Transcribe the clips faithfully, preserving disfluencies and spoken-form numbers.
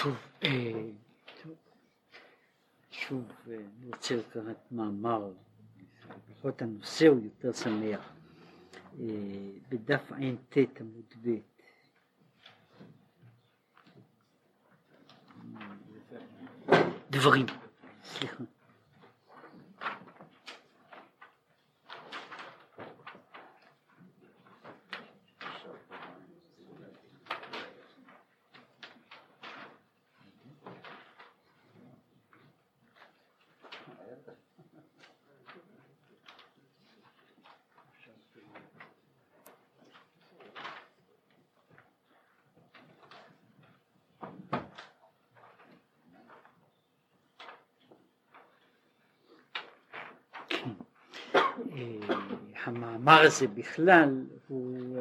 טוב, שוב אני רוצה לקראת מאמר, לפחות הנושא הוא יותר שמח, בדף עין ת' עמוד ב'. דברים, סליחה. המאמר הזה בכלל הוא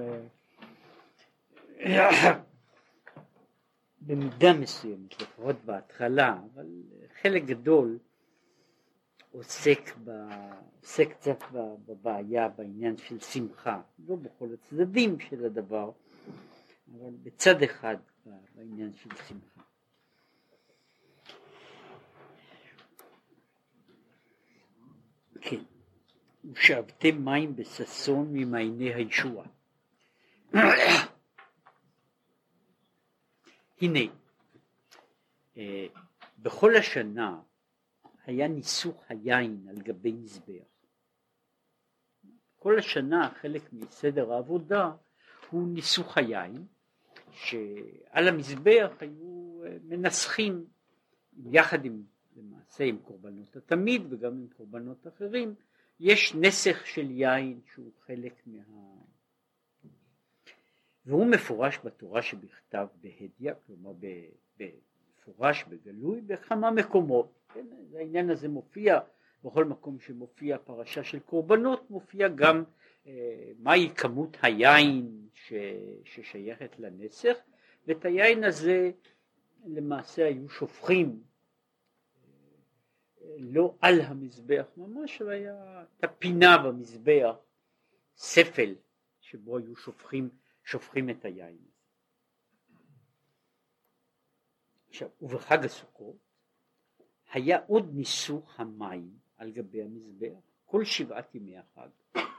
במידה מסוימת, לפחות בהתחלה, אבל חלק גדול עוסק, ב, עוסק קצת בבעיה, בעניין של שמחה, לא בכל הצדדים של הדבר, אבל בצד אחד בעניין של שמחה. כן. ושאבתם מים בששון ממעייני הישוע. הנה, בכל השנה היה ניסוך היין על גבי מזבח. כל השנה חלק מסדר העבודה הוא ניסוך היין, שעל המזבח היו מנסחים יחד עם, למעשה עם קורבנות התמיד וגם עם קורבנות אחרים, יש נסך של יין שהוא חלק מה... והוא מפורש בתורה שבכתב בהדיא, כלומר מפורש בגלוי בכמה מקומות. כן? העניין הזה מופיע בכל מקום שמופיע פרשה של קורבנות, מופיע גם אה, מהי כמות היין ש... ששייכת לנסך, ואת היין הזה למעשה היו שופכים לא על המזבח ממש, אבל היה את הפינה במזבח, ספל שבו היו שופכים, שופכים את היין. עכשיו, ובחג הסוכות היה עוד ניסוך המים על גבי המזבח כל שבעת ימי החג,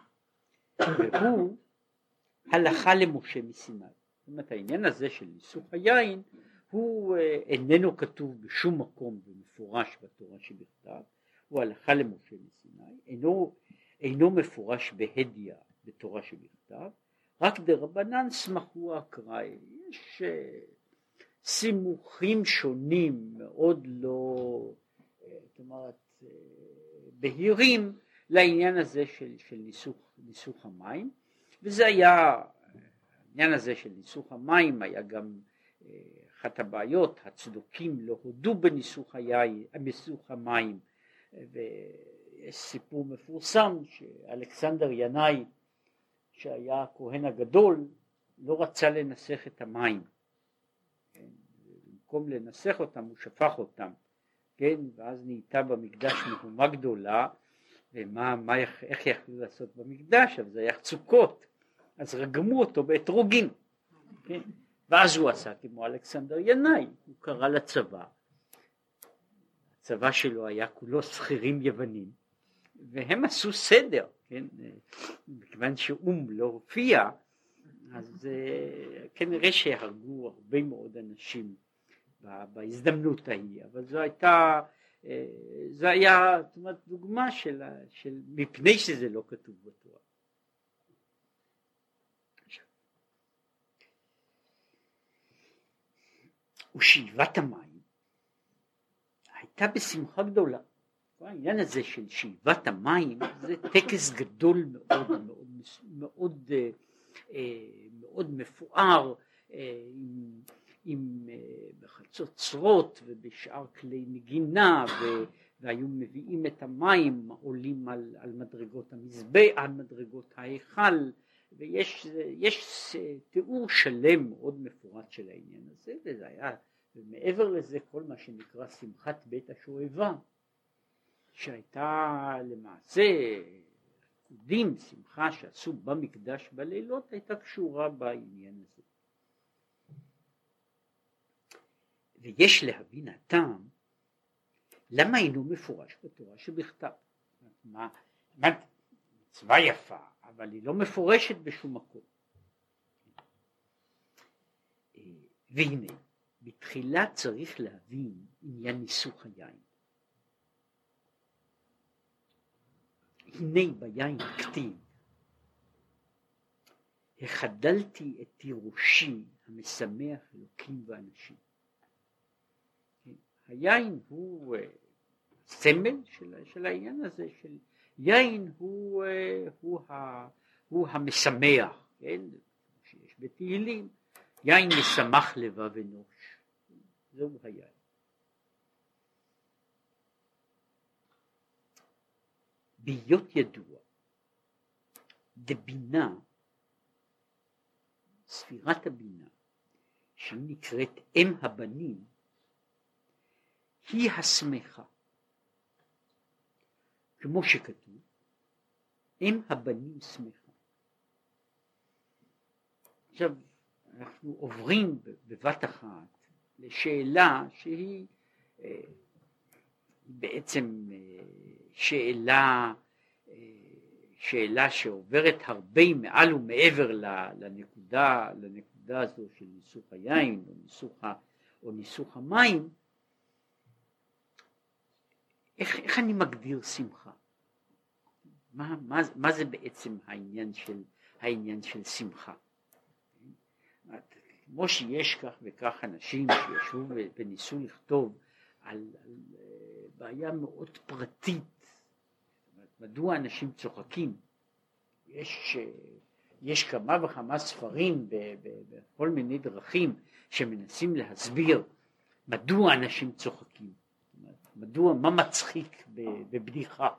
והוא הלכה למשה מסיני. זאת אומרת, העניין הזה של ניסוך היין הוא איננו כתוב בשום מקום ומפורש בתורה שבכתב, הוא הלכה למשה מסיני, אינו, אינו מפורש בהדיא בתורה שבכתב, רק דרבנן סמכו אקראי. יש uh, סימוכים שונים מאוד לא, uh, זאת אומרת, uh, בהירים לעניין הזה של, של ניסוך, ניסוך המים, וזה היה, העניין הזה של ניסוך המים היה גם uh, אחת הבעיות, הצדוקים לא הודו בניסוך היין, בניסוך המים, ויש סיפור מפורסם שאלכסנדר ינאי, שהיה הכהן הגדול, לא רצה לנסח את המים, כן? במקום לנסח אותם הוא שפך אותם, כן? ואז נהייתה במקדש מהומה גדולה, ומה, מה, איך יכלו לעשות במקדש? אבל זה היה צוקות, אז רגמו אותו באתרוגים, כן? ואז הוא עשה כמו אלכסנדר ינאי, הוא קרא לצבא, הצבא שלו היה כולו שכירים יוונים, והם עשו סדר, כן? מכיוון שאום לא הופיע, אז כנראה שהרגו הרבה מאוד אנשים בהזדמנות ההיא, אבל זו הייתה, זו היה, זאת אומרת, דוגמה של, של מפני שזה לא כתוב בתורה. ושאיבת המים הייתה בשמחה גדולה. העניין הזה של שאיבת המים זה טקס גדול מאוד מאוד מאוד מאוד מפואר, עם, עם בחצוצרות ובשאר כלי נגינה, ו, והיו מביאים את המים, עולים על, על מדרגות המזבח, על מדרגות ההיכל, ויש יש תיאור שלם מאוד מפורט של העניין הזה, וזה היה, ומעבר לזה כל מה שנקרא שמחת בית השואבה, שהייתה למעשה קודים, שמחה שעשו במקדש בלילות, הייתה קשורה בעניין הזה. ויש להבין הטעם למה אינו מפורש בתורה שבכתב. מה, מה, מצווה יפה, אבל היא לא מפורשת בשום מקום. והנה, בתחילה צריך להבין עניין ניסוך היין. הנה ביין כתיב, החדלתי את תירושי המשמח אלוקים ואנשים. היין הוא סמל של, של העניין הזה, של יין הוא, הוא, ה, הוא המשמח, כן? שיש בתהילים, יין משמח לבב אנוש, זהו היין. בהיות ידוע, דבינה, ספירת הבינה, שהיא נקראת אם הבנים, היא השמחה. כמו שכתוב, אם הבנים שמחה. עכשיו, אנחנו עוברים בבת אחת לשאלה שהיא אה, בעצם אה, שאלה, אה, שאלה שעוברת הרבה מעל ומעבר לנקודה, לנקודה הזו של ניסוך היין או ניסוך, או ניסוך המים. איך, איך אני מגדיר שמחה? מה, מה, מה זה בעצם העניין של, העניין של שמחה? כמו שיש כך וכך אנשים שישבו וניסו לכתוב על, על בעיה מאוד פרטית, מדוע אנשים צוחקים. יש, יש כמה וכמה ספרים בכל מיני דרכים שמנסים להסביר מדוע אנשים צוחקים. מדוע, מה מצחיק בבדיחה,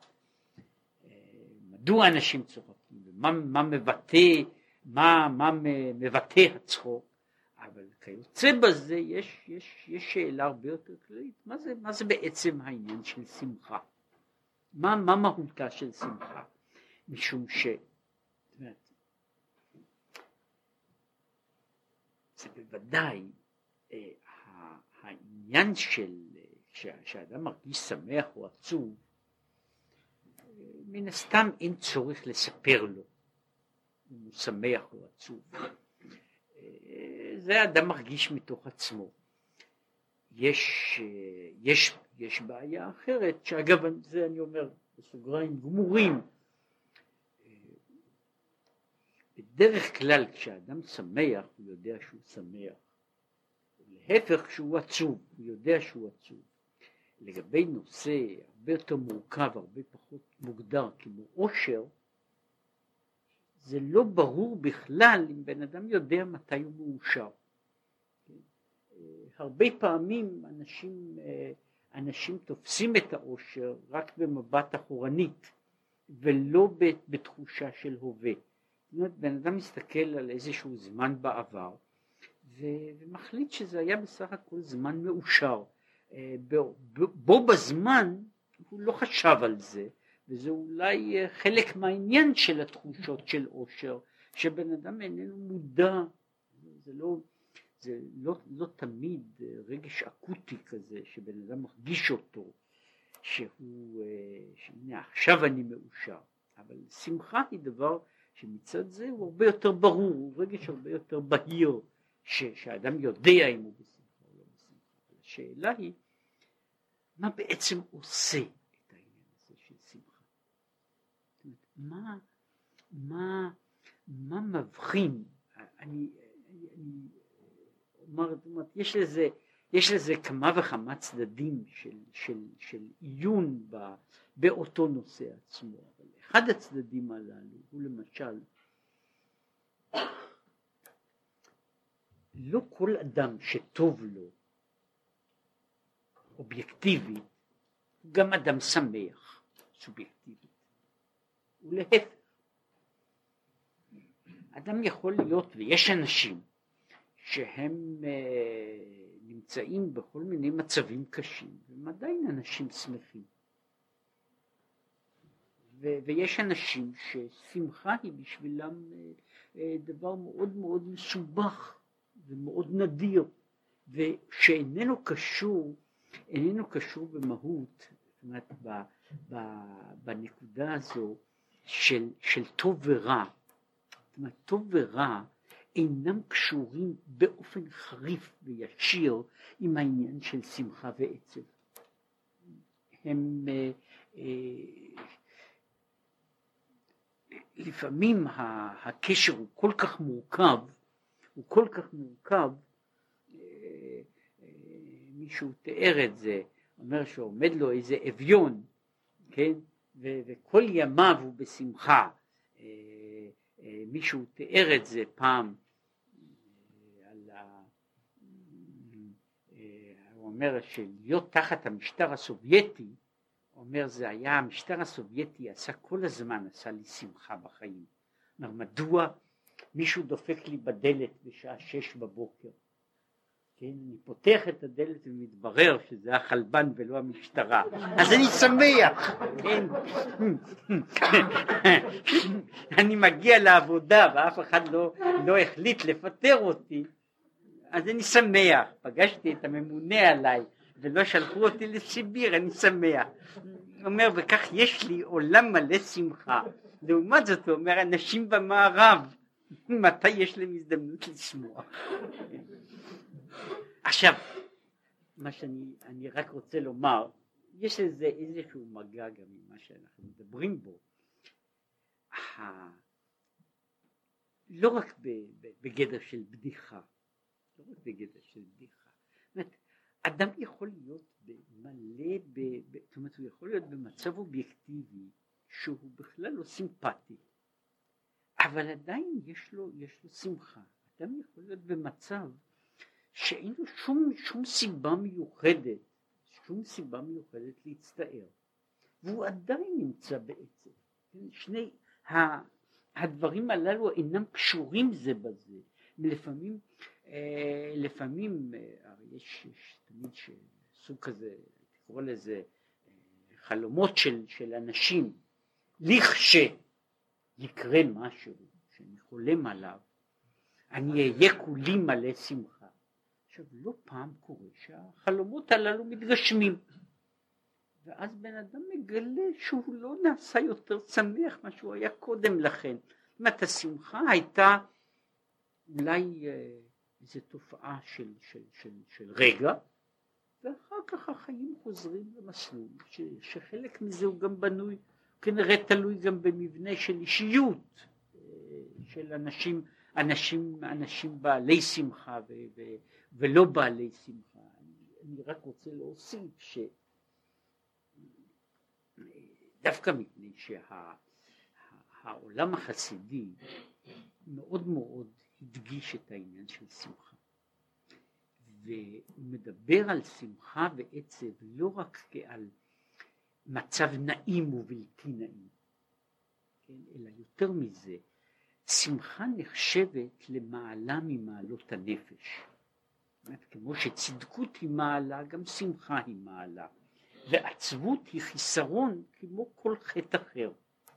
מדוע אנשים צוחקים, מה, מה מבטא, מה, מה מבטא הצחוק, אבל כיוצא בזה יש, יש, יש שאלה הרבה יותר כללית, מה זה, מה זה בעצם העניין של שמחה, מה, מה מהותה של שמחה, משום ש, זה בוודאי אה, העניין של כשאדם מרגיש שמח או עצוב, מן הסתם אין צורך לספר לו אם הוא שמח או עצוב. זה האדם מרגיש מתוך עצמו. יש, יש, יש בעיה אחרת, שאגב זה אני אומר בסוגריים גמורים. בדרך כלל כשאדם שמח הוא יודע שהוא שמח. להפך כשהוא עצוב הוא יודע שהוא עצוב. לגבי נושא הרבה יותר מורכב, הרבה פחות מוגדר כמו עושר, זה לא ברור בכלל אם בן אדם יודע מתי הוא מאושר. הרבה פעמים אנשים, אנשים תופסים את העושר רק במבט אחורנית, ולא בתחושה של הווה. זאת אומרת, בן אדם מסתכל על איזשהו זמן בעבר, ומחליט שזה היה בסך הכל זמן מאושר. בו בזמן הוא לא חשב על זה, וזה אולי חלק מהעניין של התחושות של עושר, שבן אדם איננו מודע, זה לא, זה לא, לא תמיד רגש אקוטי כזה שבן אדם מרגיש אותו, שהוא, שהנה עכשיו אני מאושר, אבל שמחה היא דבר שמצד זה הוא הרבה יותר ברור, הוא רגש הרבה יותר בהיר, שהאדם יודע אם הוא בשמחה או לא בשמחה. השאלה היא, מה בעצם עושה את העניין הזה של שמחה? מה, מה, מה מבחין? אני, אני אומר, יש לזה, יש לזה כמה וכמה צדדים של, של, של עיון ב, באותו נושא עצמו. אבל אחד הצדדים הללו הוא למשל, לא כל אדם שטוב לו אובייקטיבית הוא גם אדם שמח סובייקטיבית, ולהפך. אדם יכול להיות, ויש אנשים שהם אה, נמצאים בכל מיני מצבים קשים והם עדיין אנשים שמחים, ו- ויש אנשים ששמחה היא בשבילם אה, אה, דבר מאוד מאוד מסובך ומאוד נדיר, ושאיננו קשור, איננו קשור במהות, זאת אומרת, ב, ב, בנקודה הזו של, של טוב ורע. זאת אומרת, טוב ורע אינם קשורים באופן חריף וישיר עם העניין של שמחה ועצב. הם אה, אה, לפעמים הקשר הוא כל כך מורכב, הוא כל כך מורכב, מישהו תיאר את זה, אומר שעומד לו איזה אביון, כן, ו- וכל ימיו הוא בשמחה. מישהו תיאר את זה פעם, על ה... הוא אומר שלהיות תחת המשטר הסובייטי, אומר זה היה המשטר הסובייטי עשה כל הזמן, עשה לי שמחה בחיים. אומר מדוע מישהו דופק לי בדלת בשעה שש בבוקר, כן, אני פותח את הדלת ומתברר שזה החלבן ולא המשטרה, אז אני שמח, כן. אני מגיע לעבודה ואף אחד לא, לא החליט לפטר אותי, אז אני שמח. פגשתי את הממונה עליי ולא שלחו אותי לסיביר, אני שמח. הוא אומר, וכך יש לי עולם מלא שמחה. לעומת זאת, הוא אומר, אנשים במערב, מתי יש להם הזדמנות לשמוח? עכשיו, מה שאני אני רק רוצה לומר, יש איזה איזשהו מגע גם עם מה שאנחנו מדברים בו, לא רק בגדר של בדיחה, לא רק בגדר של בדיחה, זאת אומרת, אדם יכול להיות מלא, זאת אומרת, הוא יכול להיות במצב אובייקטיבי שהוא בכלל לא סימפטי, אבל עדיין יש לו, יש לו שמחה. אדם יכול להיות במצב שאין לו שום, שום סיבה מיוחדת, שום סיבה מיוחדת להצטער, והוא עדיין נמצא בעצם. שני הדברים הללו אינם קשורים זה בזה. לפעמים, לפעמים יש, יש תמיד סוג כזה, תקרא לזה חלומות של, של אנשים, לכשיקרה משהו שאני חולם עליו, אני אהיה כולי מלא שמחה. עכשיו, לא פעם קורה שהחלומות הללו מתגשמים, ואז בן אדם מגלה שהוא לא נעשה יותר שמח מה שהוא היה קודם לכן. זאת אומרת, השמחה הייתה אולי איזו תופעה של, של, של, של רגע, ואחר כך החיים חוזרים למסלול, ש, שחלק מזה הוא גם בנוי, כנראה תלוי גם במבנה של אישיות, של אנשים, אנשים, אנשים בעלי שמחה ו, ו, ולא בעלי שמחה. אני, אני רק רוצה להוסיף שדווקא מפני שהעולם החסידי מאוד מאוד הדגיש את העניין של שמחה, והוא מדבר על שמחה ועצב לא רק כעל מצב נעים ובלתי נעים, כן? אלא יותר מזה, שמחה נחשבת למעלה ממעלות הנפש. כמו שצדקות היא מעלה, גם שמחה היא מעלה, ועצבות היא חיסרון כמו כל חטא אחר.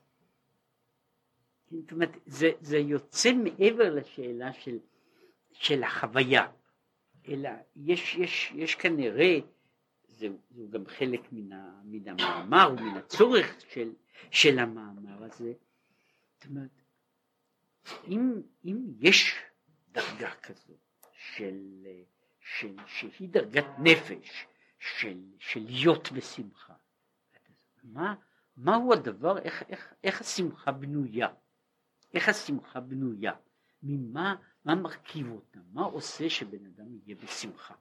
זאת אומרת, זה, זה יוצא מעבר לשאלה של, של החוויה, אלא יש, יש, יש כנראה, זה, זה גם חלק מן, ה, מן המאמר ומן הצורך של, של המאמר הזה. זאת אומרת, אם, אם יש דרגה כזו של, של, שהיא דרגת נפש, של, של להיות בשמחה, מה, מהו הדבר, איך, איך, איך השמחה בנויה? איך השמחה בנויה? ממה, מה מרכיב אותה? מה עושה שבן אדם יהיה בשמחה?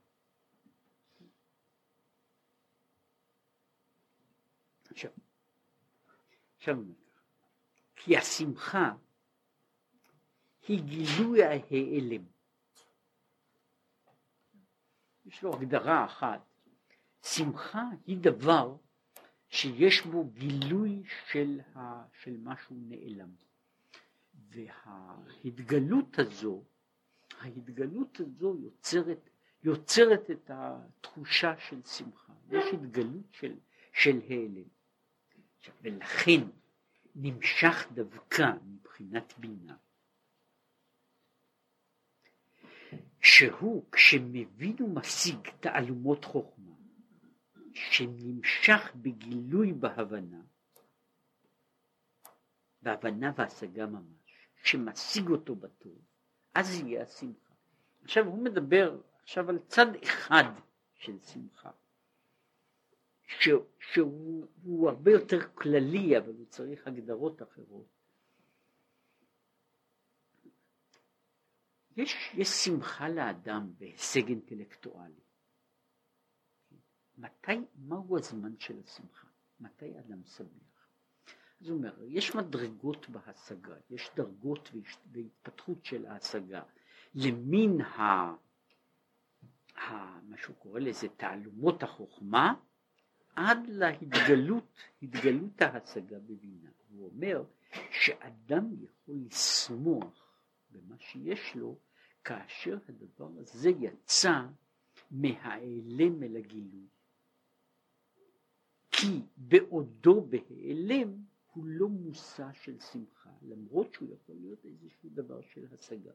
עכשיו, עכשיו כי השמחה היא גילוי ההיעלם. יש לו הגדרה אחת. שמחה היא דבר שיש בו גילוי של, ה, של משהו נעלם. וההתגלות הזו, ההתגלות הזו יוצרת, יוצרת את התחושה של שמחה. יש התגלות של, של העלם. ולכן נמשך דווקא מבחינת בינה. שהוא כשמבין ומשיג תעלומות חוכמה, שנמשך בגילוי בהבנה, בהבנה והשגה ממש, שמשיג אותו בטוב, אז יהיה השמחה. עכשיו הוא מדבר עכשיו על צד אחד של שמחה, ש, שהוא הוא הרבה יותר כללי, אבל הוא צריך הגדרות אחרות. יש, יש שמחה לאדם בהישג אינטלקטואלי. מתי, מהו הזמן של השמחה? מתי אדם שמח? אז הוא אומר, יש מדרגות בהשגה, יש דרגות והתפתחות של ההשגה, למין ה, ה, מה שהוא קורא לזה תעלומות החוכמה, עד להתגלות, התגלות ההשגה בבינה. הוא אומר שאדם יכול לשמוח במה שיש לו, כאשר הדבר הזה יצא מהאלם אל הגילוי. כי בעודו בהיעלם הוא לא מושא של שמחה, למרות שהוא יכול להיות איזשהו דבר של השגה.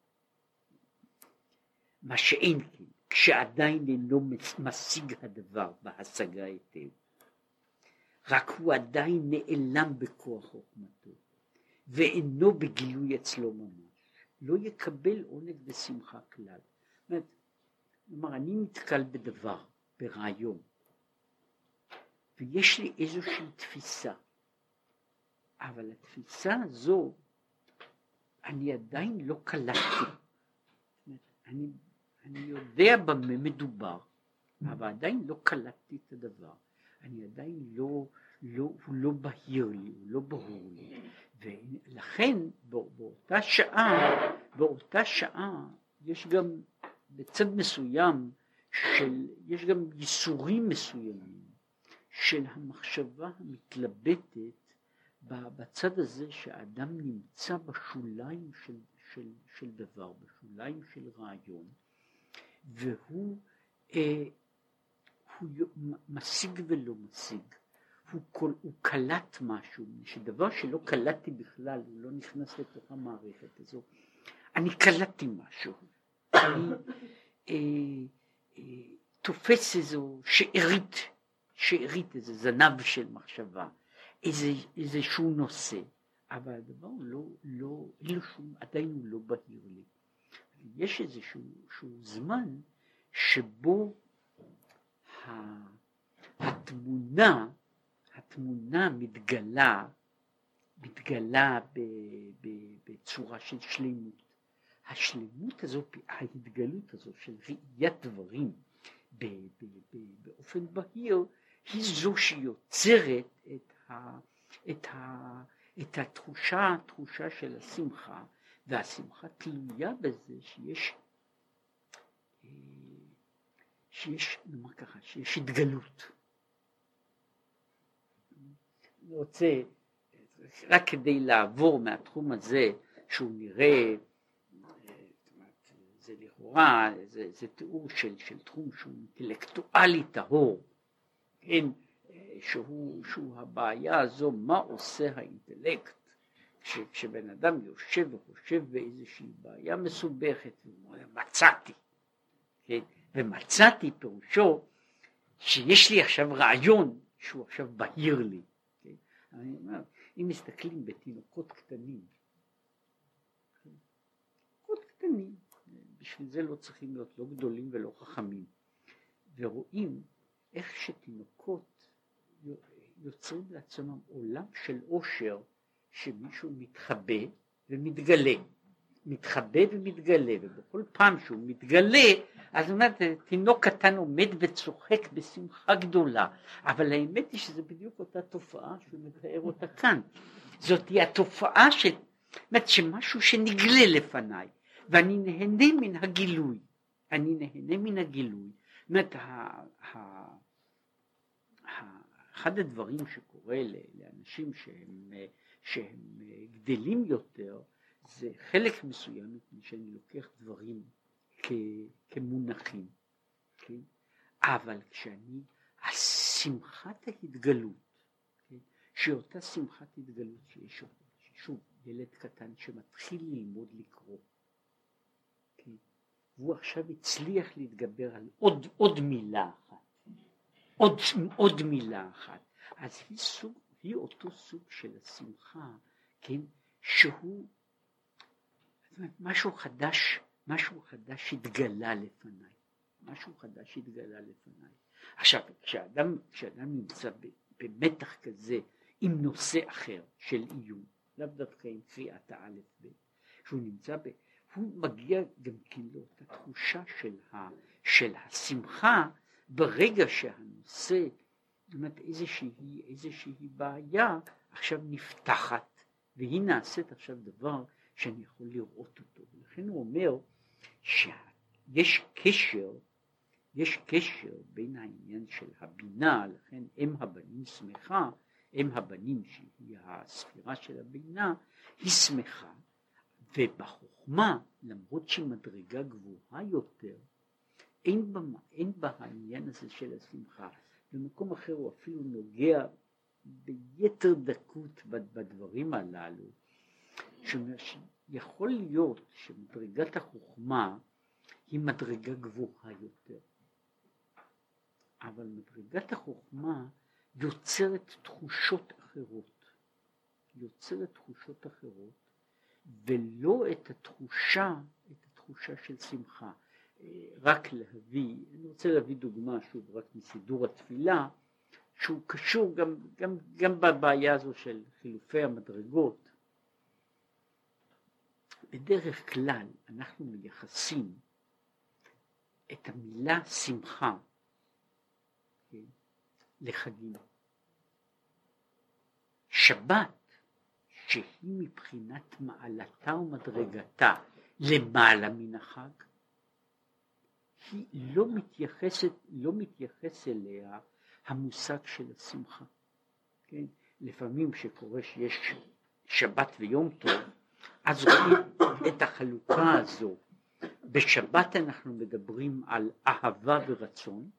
מה שאין כן, כשעדיין אינו משיג הדבר בהשגה היטב, רק הוא עדיין נעלם בכוח חוכמתו, ואינו בגילוי אצלו ממש, לא יקבל עונג ושמחה כלל. זאת אומרת, כלומר, אני נתקל בדבר, ברעיון, ויש לי איזושהי תפיסה, אבל התפיסה הזו, אני עדיין לא קלטתי. אני, אני יודע במה מדובר, אבל עדיין לא קלטתי את הדבר. אני עדיין לא, לא, הוא לא בהיר לי, הוא לא ברור לי. ולכן באותה שעה, באותה שעה, יש גם בצד מסוים של, יש גם ייסורים מסוימים של המחשבה המתלבטת בצד הזה שהאדם נמצא בשוליים של, של, של דבר, בשוליים של רעיון, והוא אה, הוא משיג ולא משיג. הוא, כל, הוא קלט משהו, שדבר שלא קלטתי בכלל, הוא לא נכנס לתוך המערכת הזו. אני קלטתי משהו. אני אה, אה, תופס איזו שארית, שארית, איזה זנב של מחשבה, איזה, איזשהו נושא, אבל הדבר לא, לא, לא שום, עדיין הוא לא בהיר לי. יש איזשהו זמן שבו התמונה, התמונה מתגלה, מתגלה ב, ב, בצורה של שלמות. השלמות הזו, ההתגלות הזו של ראיית דברים ב, ב, ב, באופן בהיר, היא זו שיוצרת את, ה, את, ה, את התחושה, התחושה של השמחה, והשמחה תלויה בזה שיש, שיש, נאמר ככה, שיש התגלות. אני רוצה, רק כדי לעבור מהתחום הזה, שהוא נראה, זה לכאורה, זה, זה תיאור של, של תחום שהוא אינטלקטואלי טהור, כן, שהוא, שהוא הבעיה הזו, מה עושה האינטלקט, כש, כשבן אדם יושב וחושב באיזושהי בעיה מסובכת, והוא אומר, מצאתי, כן, ומצאתי פירושו, שיש לי עכשיו רעיון, שהוא עכשיו בהיר לי, כן? אני אומר, אם מסתכלים בתינוקות קטנים, תינוקות קטנים, בשביל זה לא צריכים להיות לא גדולים ולא חכמים, ורואים איך שתינוקות יוצרים לעצמם עולם של עושר, שמישהו מתחבא ומתגלה, מתחבא ומתגלה, ובכל פעם שהוא מתגלה, אז אומרת, תינוק קטן עומד וצוחק בשמחה גדולה, אבל האמת היא שזה בדיוק אותה תופעה שהוא מתאר אותה כאן. זאת היא התופעה של, אומרת, שמשהו שנגלה לפניי, ואני נהנה מן הגילוי, אני נהנה מן הגילוי. אומרת, אחד הדברים שקורה לאנשים שהם, שהם גדלים יותר, זה חלק מסוים, שאני לוקח דברים כ, כמונחים, כן? אבל כשאני, השמחת ההתגלות, כן? שאותה שמחת התגלות שיש אותה, ששוב, ילד קטן שמתחיל ללמוד לקרוא, כן? והוא עכשיו הצליח להתגבר על עוד, עוד מילה אחת, עוד, עוד מילה אחת. אז היא סוג, היא אותו סוג של השמחה, כן, שהוא משהו חדש, משהו חדש התגלה לפניי, משהו חדש התגלה לפניי. עכשיו, כשאדם, כשאדם נמצא במתח כזה עם נושא אחר של איום, לאו דווקא עם קריאת האלף ב', שהוא נמצא ב... הוא מגיע גם כאילו את התחושה של, ה, של השמחה ברגע שהנושא, זאת אומרת איזושהי, איזושהי בעיה עכשיו נפתחת, והיא נעשית עכשיו דבר שאני יכול לראות אותו. ולכן הוא אומר שיש קשר, יש קשר בין העניין של הבינה, לכן אם הבנים שמחה, אם הבנים שהיא הספירה של הבינה, היא שמחה, ובחוכמה, למרות שהיא מדרגה גבוהה יותר, אין בה, אין בה העניין הזה של השמחה. במקום אחר הוא אפילו נוגע ביתר דקות בדברים הללו, שאומר שיכול להיות שמדרגת החוכמה היא מדרגה גבוהה יותר, אבל מדרגת החוכמה יוצרת תחושות אחרות, יוצרת תחושות אחרות, ולא את התחושה, את התחושה של שמחה. רק להביא, אני רוצה להביא דוגמה שוב רק מסידור התפילה, שהוא קשור גם, גם, גם בבעיה הזו של חילופי המדרגות. בדרך כלל אנחנו מייחסים את המילה שמחה, כן, לחגים. שבת, שהיא מבחינת מעלתה ומדרגתה למעלה מן החג, היא לא מתייחסת, לא מתייחס אליה המושג של השמחה. כן? לפעמים שקורה שיש שבת ויום טוב, אז רואים את החלוקה הזו. בשבת אנחנו מדברים על אהבה ורצון,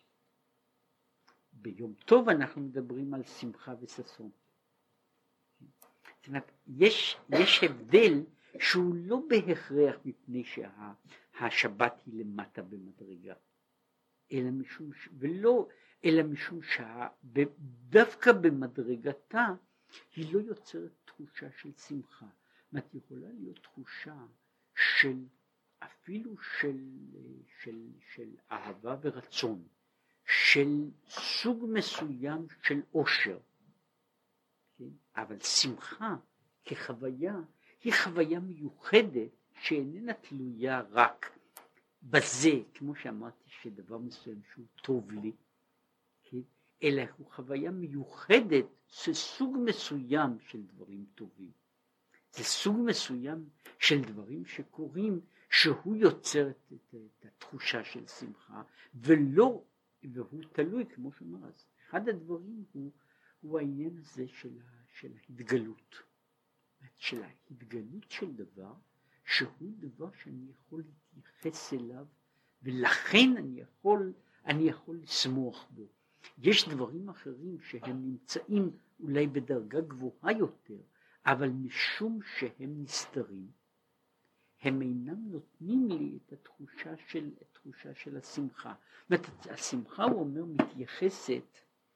ביום טוב אנחנו מדברים על שמחה וששון. זאת אומרת, יש, יש הבדל שהוא לא בהכרח מפני שהשבת היא למטה במדרגה, אלא משום, ולא, אלא משום שדווקא במדרגתה היא לא יוצרת תחושה של שמחה. זאת אומרת, יכולה להיות תחושה של, אפילו של, של, של אהבה ורצון, של סוג מסוים של עושר, כן? אבל שמחה כחוויה היא חוויה מיוחדת שאיננה תלויה רק בזה, כמו שאמרתי שדבר מסוים שהוא טוב לי, כן? אלא הוא חוויה מיוחדת של סוג מסוים של דברים טובים. זה סוג מסוים של דברים שקורים שהוא יוצר את, את, את התחושה של שמחה, ולא, והוא תלוי כמו שאמר, אז אחד הדברים הוא, הוא העניין הזה של, ה, של ההתגלות. של ההתגלות של דבר שהוא דבר שאני יכול להתייחס אליו, ולכן אני יכול, אני יכול לשמוח בו. יש דברים אחרים שהם נמצאים אולי בדרגה גבוהה יותר, אבל משום שהם נסתרים, הם אינם נותנים לי את התחושה של, התחושה של השמחה. זאת אומרת, השמחה, הוא אומר, מתייחסת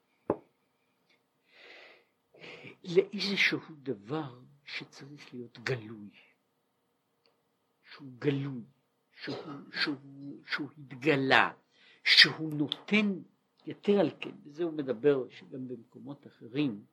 לאיזשהו דבר שצריך להיות גלוי, שהוא גלוי, שהוא, שהוא, שהוא התגלה, שהוא נותן יותר על כן, וזה הוא מדבר שגם במקומות אחרים,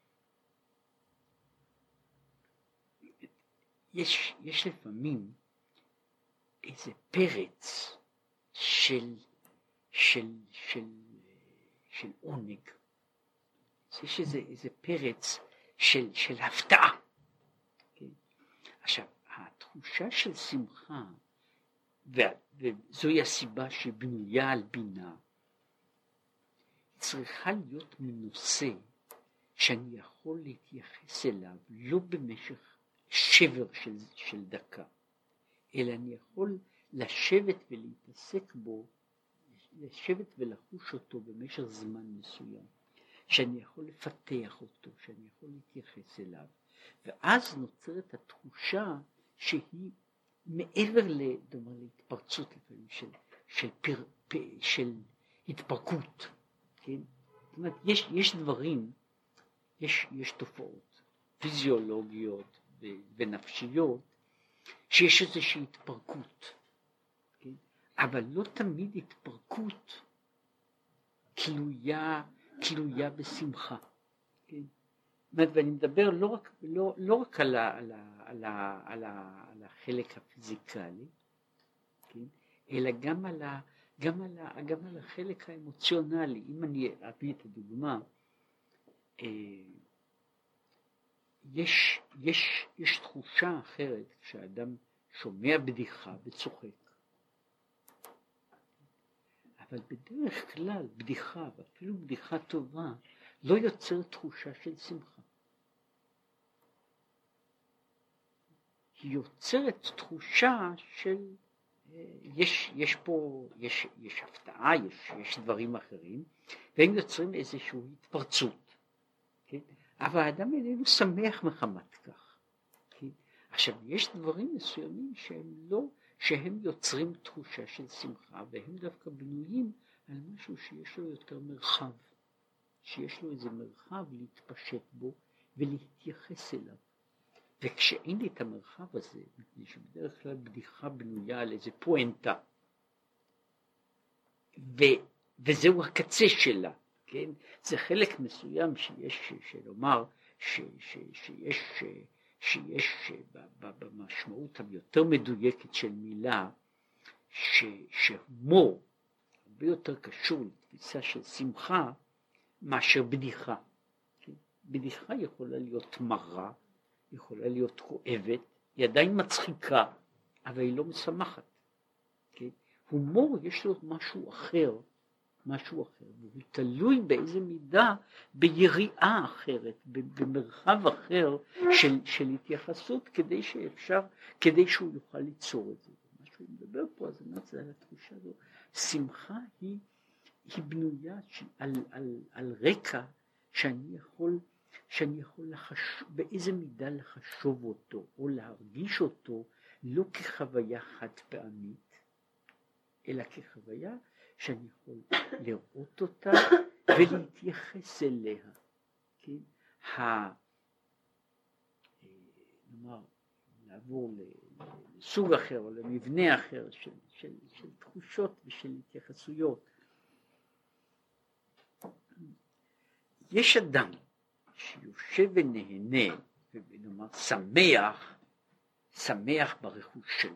יש, יש לפעמים איזה פרץ של, של, של, של עונג, יש איזה, איזה פרץ של, של הפתעה. כן? עכשיו, התחושה של שמחה, וזוהי הסיבה שבנויה על בינה, צריכה להיות מנושא שאני יכול להתייחס אליו לא במשך שבר של, של דקה, אלא אני יכול לשבת ולהתעסק בו, לשבת ולחוש אותו במשך זמן מסוים, שאני יכול לפתח אותו, שאני יכול להתייחס אליו, ואז נוצרת התחושה שהיא מעבר לדומה להתפרצות לפעמים של, של, פר, פ, של התפרקות, כן? זאת אומרת, יש, יש דברים, יש, יש תופעות פיזיולוגיות ו, ונפשיות, שיש איזושהי התפרקות, כן? אבל לא תמיד התפרקות תלויה, תלויה בשמחה, כן? ואני מדבר לא רק, לא, לא רק על, ה, על, ה, על, ה, על, ה, על החלק הפיזיקלי, כן? אלא גם על, ה, גם, על ה, גם על החלק האמוציונלי. אם אני אביא את הדוגמה, אה, יש, יש, יש תחושה אחרת כשאדם שומע בדיחה וצוחק. אבל בדרך כלל בדיחה, ואפילו בדיחה טובה, לא יוצר תחושה של שמחה. היא יוצרת תחושה של, יש, יש פה, יש, יש הפתעה, יש, יש דברים אחרים, והם יוצרים איזושהי התפרצות. כן? אבל האדם איננו שמח מחמת כך. כן? עכשיו, יש דברים מסוימים שהם לא, שהם יוצרים תחושה של שמחה, והם דווקא בנויים על משהו שיש לו יותר מרחב. שיש לו איזה מרחב להתפשט בו ולהתייחס אליו. וכשאין לי את המרחב הזה, שבדרך כלל בדיחה בנויה על איזה פואנטה, ו, וזהו הקצה שלה, כן? זה חלק מסוים שיש, שלומר, ש, ש, שיש, ש, שיש במשמעות היותר מדויקת של מילה, ש, שהומור הרבה יותר קשור לתפיסה של שמחה, מאשר בדיחה. כן? בדיחה יכולה להיות מרה, יכולה להיות כואבת, היא עדיין מצחיקה, אבל היא לא משמחת. כן? הומור יש לו משהו אחר, משהו אחר, והוא תלוי באיזה מידה ביריעה אחרת, במרחב אחר של, של התייחסות, כדי שאפשר, כדי שהוא יוכל ליצור את זה. מה שהוא מדבר פה, אז אני רוצה על התחושה הזו, שמחה היא היא בנויה על, על, על רקע שאני יכול, שאני יכול לחש, באיזה מידה לחשוב אותו או להרגיש אותו לא כחוויה חד פעמית, אלא כחוויה שאני יכול לראות אותה ולהתייחס אליה. כן? ה... נאמר, לעבור לסוג אחר או למבנה אחר של, של, של תחושות ושל התייחסויות. יש אדם שיושב ונהנה ונאמר שמח, שמח ברכוש שלו.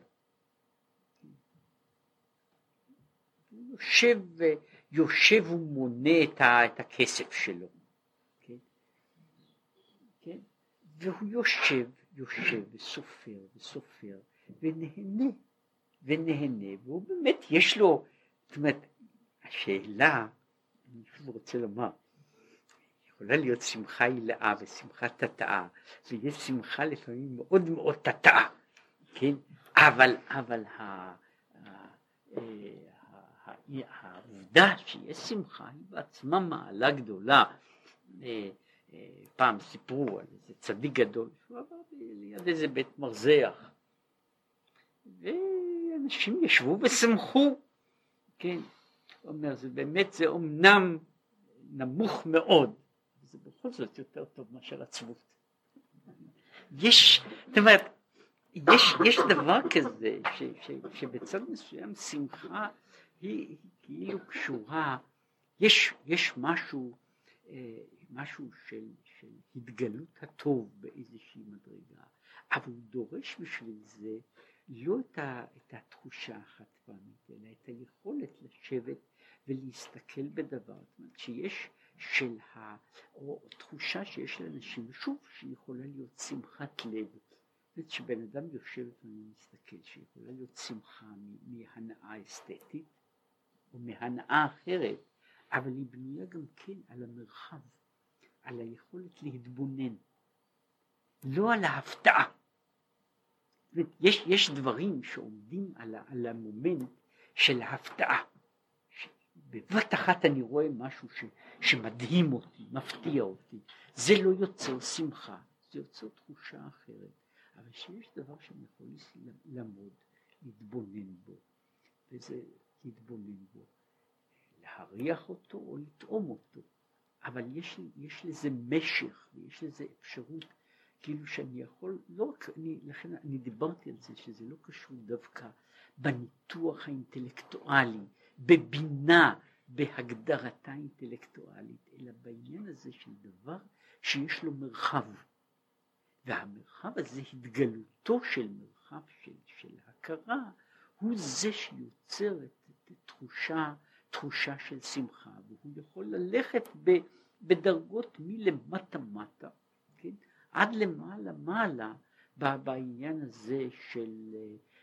הוא יושב, יושב ומונה את, ה, את הכסף שלו. כן? כן? והוא יושב, יושב וסופר וסופר ונהנה, ונהנה, והוא באמת יש לו, זאת אומרת, השאלה, אני שוב רוצה לומר, יכולה להיות שמחה הילאה ושמחה תתאה, ויש שמחה לפעמים מאוד מאוד תתאה, כן? אבל, אבל העובדה שיש שמחה היא בעצמה מעלה גדולה. פעם סיפרו על איזה צדיק גדול, שהוא עבר ליד איזה בית מרזח, ואנשים ישבו ושמחו, כן? הוא אומר, זה באמת, זה אומנם נמוך מאוד, זה בכל זאת יותר טוב מאשר עצבות. יש, זאת אומרת, יש, יש דבר כזה, ש, ש, שבצד מסוים שמחה היא, היא כאילו קשורה, יש, יש משהו, אה, משהו של, של התגלות הטוב באיזושהי מדרגה, אבל הוא דורש בשביל זה לא את, ה, את התחושה החד פעמית, אלא את היכולת לשבת ולהסתכל בדבר, זאת אומרת שיש של ה... או תחושה שיש לאנשים, שוב, שיכולה להיות שמחת לב, זאת אומרת שבן אדם יושב ומסתכל, שיכולה להיות שמחה מהנאה אסתטית, או מהנאה אחרת, אבל היא בנויה גם כן על המרחב, על היכולת להתבונן, לא על ההפתעה. זאת אומרת, יש, יש דברים שעומדים על, על המומנט של ההפתעה, בבת אחת אני רואה משהו ש, שמדהים אותי, מפתיע אותי, זה לא יוצר שמחה, זה יוצר תחושה אחרת. אבל שיש דבר שאני יכול לעמוד, להתבונן בו, וזה להתבונן בו, להריח אותו או לטעום אותו, אבל יש, יש לזה משך ויש לזה אפשרות, כאילו שאני יכול, לא רק, אני, לכן אני דיברתי על זה, שזה לא קשור דווקא בניתוח האינטלקטואלי, בבינה, בהגדרתה האינטלקטואלית, אלא בעניין הזה של דבר שיש לו מרחב, והמרחב הזה, התגלותו של מרחב של, של הכרה, הוא זה שיוצר את, את תחושה, תחושה של שמחה, והוא יכול ללכת ב, בדרגות מלמטה מטה, כן? עד למעלה מעלה, בעניין הזה של,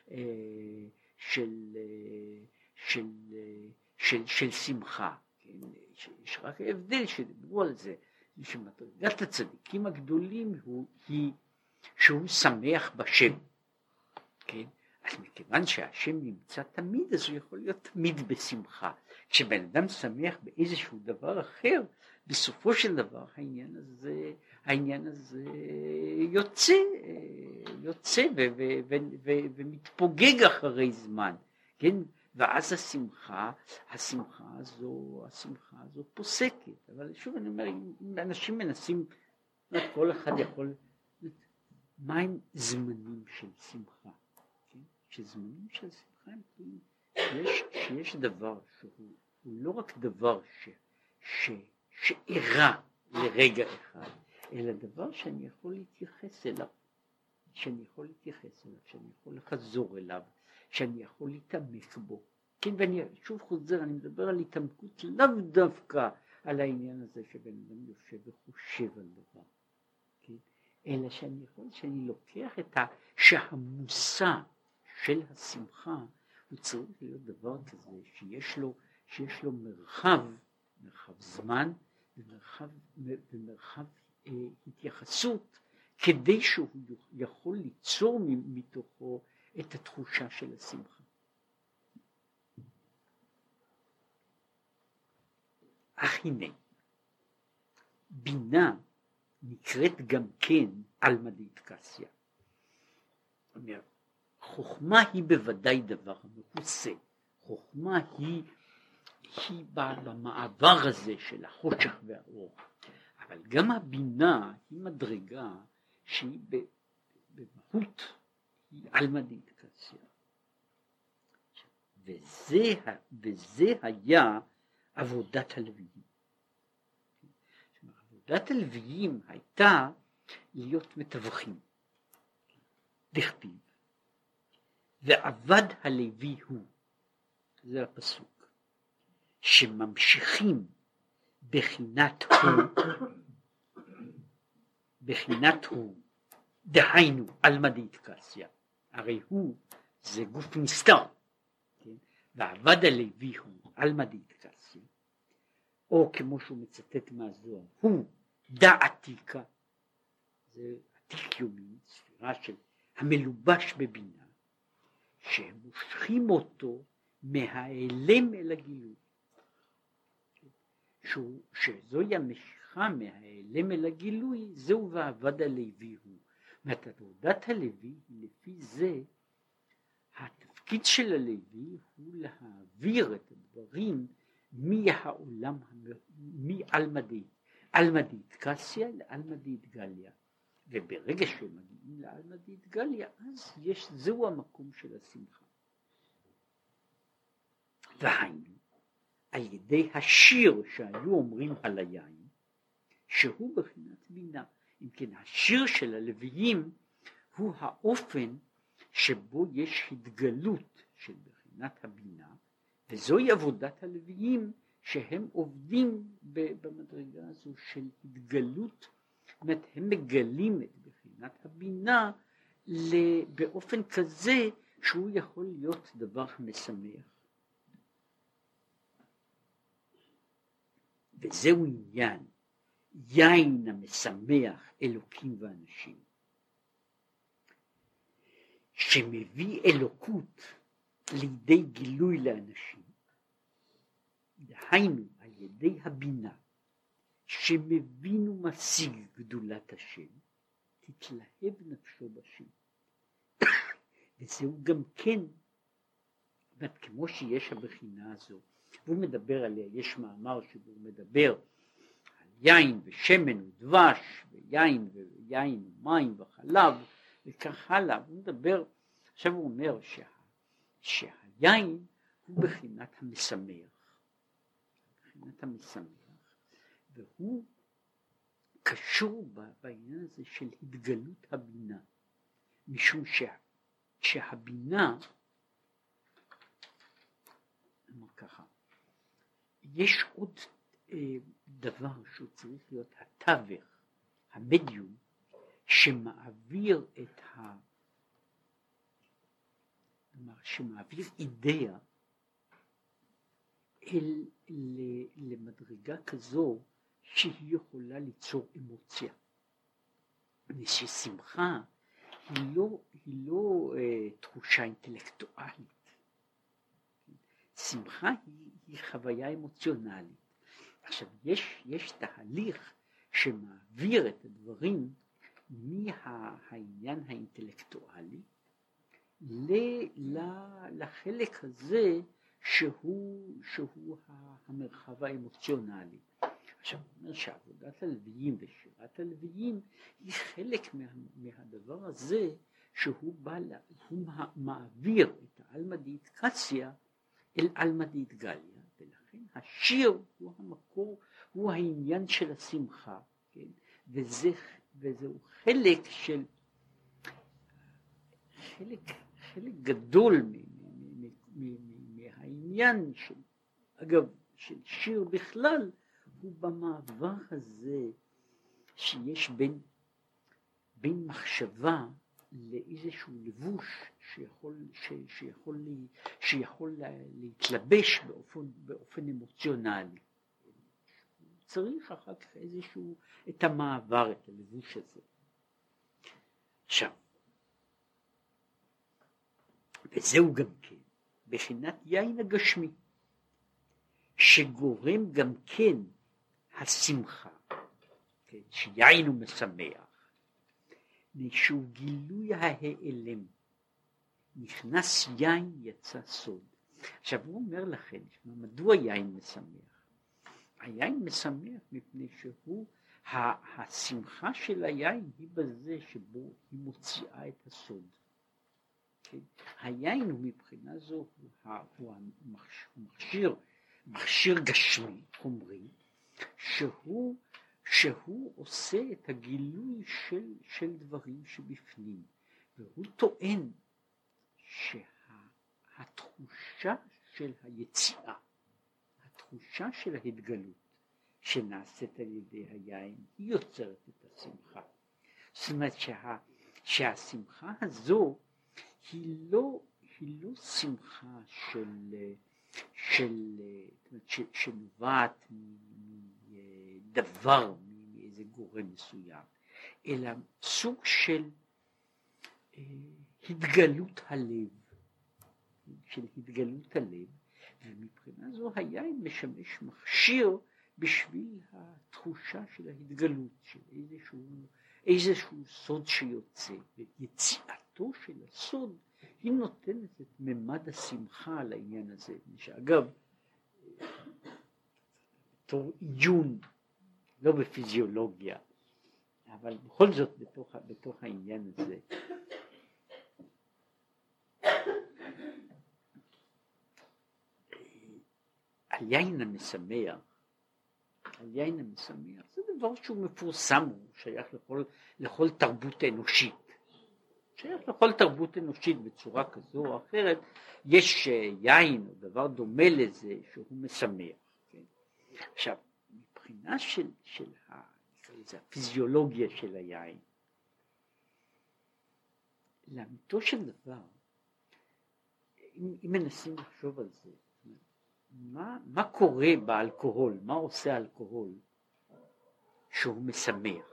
של, של, של, של שמחה, כן? יש רק הבדל שדיברו על זה, שמדרגת הצדיקים הגדולים הוא, היא שהוא שמח בשם, כן? אז מכיוון שהשם נמצא תמיד, אז הוא יכול להיות תמיד בשמחה. כשבן אדם שמח באיזשהו דבר אחר, בסופו של דבר העניין הזה, העניין הזה יוצא, יוצא ו- ו- ו- ו- ומתפוגג אחרי זמן, כן? ואז השמחה, השמחה הזו, השמחה הזו פוסקת. אבל שוב אני אומר, אם אנשים מנסים, כל אחד יכול, מהם זמנים של שמחה? כן? שזמנים של שמחה הם כאילו, שיש, שיש דבר שהוא הוא לא רק דבר ש, ש, שאירע לרגע אחד, אלא דבר שאני יכול להתייחס אליו, שאני יכול להתייחס אליו, שאני יכול לחזור אליו, שאני יכול להתעמק בו. כן, ואני שוב חוזר, אני מדבר על התעמקות לאו דווקא על העניין הזה שבן אדם יושב וחושב על דבר, כן? אלא שאני יכול, שאני לוקח את ה... שהמושא של השמחה הוא צריך להיות דבר כזה שיש לו, שיש לו מרחב, מרחב זמן ומרחב, ומרחב אה, התייחסות, כדי שהוא יכול ליצור מתוכו את התחושה של השמחה. אך הנה, בינה נקראת גם כן עלמא דאיטקסיה. אומר, חוכמה היא בוודאי דבר המכוסה. חוכמה היא, היא במעבר הזה של החושך והאור. אבל גם הבינה היא מדרגה שהיא במהות, היא עלמא דאיטקסיה. וזה, וזה היה עבודת הלוויים. עבודת הלוויים הייתה להיות מתווכים. דכתיב, ועבד הלוי הוא, זה הפסוק, שממשיכים בחינת הוא, בחינת הוא, דהיינו עלמא דאיטקסיה, הרי הוא זה גוף נסתר, כן? ועבד הלוי הוא עלמא דאיטקסיה, או כמו שהוא מצטט מהזוהר, הוא דעתיקה, זה עתיק יומין, ספירה של המלובש בבינה, שהם מושכים אותו מהאלם אל הגילוי, שהוא, שזוהי המשיכה מהאלם אל הגילוי, זהו ועבד הלוי הוא. עבודת הלוי, לפי זה, התפקיד של הלוי הוא להעביר את הדברים מהעולם, מעלמא דאיטקסיה לעלמא דאיטגליה. וברגע שהם מגיעים לעלמא דאיטגליה, אז יש, זהו המקום של השמחה. והיינו, על ידי השיר שהיו אומרים על היין, שהוא בחינת בינה. אם כן, השיר של הלוויים הוא האופן שבו יש התגלות של בחינת הבינה, וזוהי עבודת הלוויים שהם עובדים במדרגה הזו של התגלות, זאת אומרת, הם מגלים את בחינת הבינה באופן כזה שהוא יכול להיות דבר משמח. וזהו עניין, יין המשמח אלוקים ואנשים, שמביא אלוקות לידי גילוי לאנשים, דהיינו על ידי הבינה, שמבין ומשיג גדולת השם, תתלהב נפשו בשם. וזהו גם כן, כמו שיש הבחינה הזו, והוא מדבר עליה, יש מאמר שבו הוא מדבר על יין ושמן ודבש, ויין ויין ומים וחלב, וכך הלאה, הוא מדבר, עכשיו הוא אומר שה, שהיין הוא בחינת המשמח, בחינת המשמח, והוא קשור בעניין הזה של התגלות הבינה, משום שה, שהבינה, אמר ככה, יש עוד אה, דבר שהוא צריך להיות התווך, המדיום, שמעביר את ה... שמעביר אידאה אל, למדרגה כזו שהיא יכולה ליצור אמוציה. וששמחה היא לא, היא לא אה, תחושה אינטלקטואלית. שמחה היא, היא חוויה אמוציונלית. עכשיו, יש, יש תהליך שמעביר את הדברים מהעניין האינטלקטואלי לחלק הזה שהוא, שהוא המרחב האמוציונלי. עכשיו, הוא אומר שעבודת הלוויים ושירת הלוויים היא חלק מה, מהדבר הזה שהוא בא, הוא מעביר את העלמא דאיטקציה אל עלמא דאיטגליה, ולכן השיר הוא המקור, הוא העניין של השמחה, כן? וזה, וזהו חלק של, חלק, חלק גדול מהעניין של, אגב, של שיר בכלל, הוא במעבר הזה שיש בין, בין מחשבה לאיזשהו לבוש שיכול, ש, שיכול, לי, שיכול להתלבש באופן, באופן אמוציונלי. צריך אחר כך איזשהו, את המעבר, את הלבוש הזה. עכשיו, וזהו גם כן, בחינת יין הגשמי, שגורם גם כן השמחה, כן, שיין הוא משמח, שהוא גילוי ההיעלם, נכנס יין יצא סוד. עכשיו הוא אומר לכם, מדוע יין משמח? היין משמח מפני שהוא, השמחה של היין היא בזה שבו היא מוציאה את הסוד. כן? היין הוא מבחינה זו, הוא, הוא המכשיר, מכשיר גשמי, חומרי, שהוא, שהוא עושה את הגילוי של, של דברים שבפנים, והוא טוען שהתחושה של היציאה, התחושה של ההתגלות שנעשית על ידי היין, היא יוצרת את השמחה. זאת אומרת שה, שהשמחה הזו היא לא, היא לא שמחה של, של, של, שנובעת מדבר, מאיזה גורם מסוים, אלא סוג של אה, התגלות הלב, של התגלות הלב, ומבחינה זו היין משמש מכשיר בשביל התחושה של ההתגלות, של איזשהו, איזשהו סוד שיוצא, ויציאתו של הסוד היא נותנת את ממד השמחה על העניין הזה. שאגב, בתור עיון, לא בפיזיולוגיה, אבל בכל זאת בתוך, בתוך העניין הזה, היין המשמח, היין המשמח זה דבר שהוא מפורסם, הוא שייך לכל, לכל תרבות אנושית, שייך לכל תרבות אנושית בצורה כזו או אחרת. יש יין או דבר דומה לזה שהוא משמח, כן? עכשיו, מבחינה של, של ה, הפיזיולוגיה של היין, לאמיתו של דבר, אם, אם מנסים לחשוב על זה, מה, מה קורה באלכוהול, מה עושה האלכוהול שהוא משמח?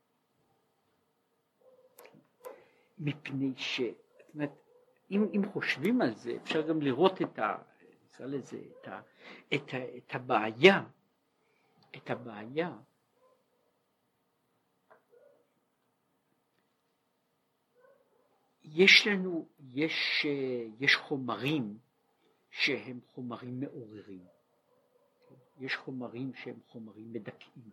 מפני ש... זאת אומרת, אם, אם חושבים על זה, אפשר גם לראות את ה... לזה, את ה... את ה... את הבעיה, את הבעיה יש לנו, יש, יש חומרים שהם חומרים מעוררים, יש חומרים שהם חומרים מדכאים,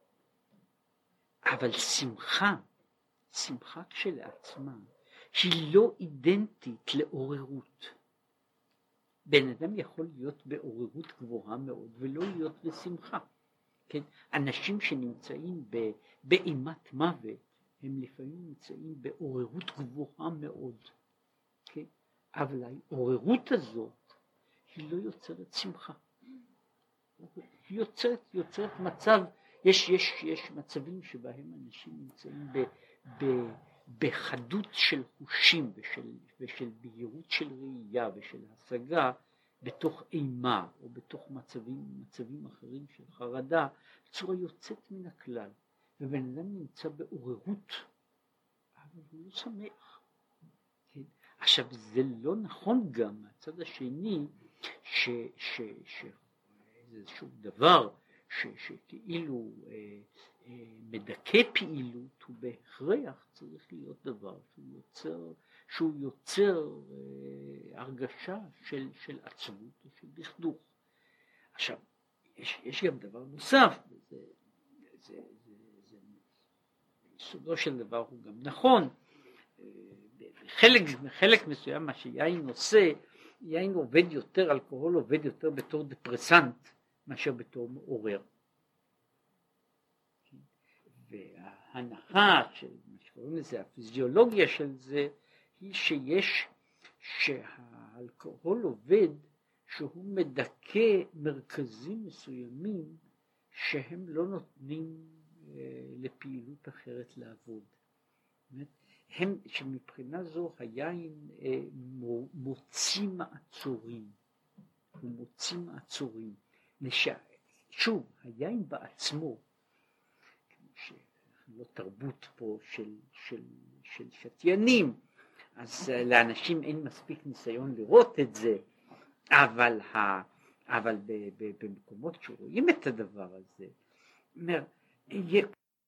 אבל שמחה, שמחה כשלעצמה, היא לא אידנטית לעוררות. בן אדם יכול להיות בעוררות גבוהה מאוד ולא להיות בשמחה. כן? אנשים שנמצאים באימת מוות, הם לפעמים נמצאים בעוררות גבוהה מאוד. כן? אבל העוררות הזאת, היא לא יוצרת שמחה. היא יוצרת, יוצרת מצב, יש, יש, יש מצבים שבהם אנשים נמצאים ב, ב, בחדות של חושים ושל, ושל בהירות של ראייה ושל השגה בתוך אימה או בתוך מצבים, מצבים אחרים של חרדה, בצורה יוצאת מן הכלל. ובן אדם נמצא בעוררות, אבל הוא לא שמח. כן? עכשיו זה לא נכון גם מהצד השני, ש, ש, ש, איזשהו דבר ש, שכאילו אה, אה, מדכא פעילות, הוא בהכרח צריך להיות דבר שהוא יוצר, שהוא יוצר אה, הרגשה של, של עצבות או של דכדוך. עכשיו, יש, יש גם דבר נוסף, זה, זה, זה, זה, סודו של דבר הוא גם נכון, חלק, חלק מסוים מה שיין עושה, יין עובד יותר, אלכוהול עובד יותר בתור דפרסנט מאשר בתור מעורר. וההנחה של מה שקוראים לזה, הפיזיולוגיה של זה, היא שיש, שהאלכוהול עובד שהוא מדכא מרכזים מסוימים שהם לא נותנים אה, לפעילות אחרת לעבוד. הם שמבחינה זו היין אה, מוציא מעצורים, הוא מוציא מעצורים. נשא, שוב, היין בעצמו, לא תרבות פה של, של, של שתיינים, אז לאנשים אין מספיק ניסיון לראות את זה, אבל, ה, אבל ב, ב, במקומות שרואים את הדבר הזה, אומר, יהיה,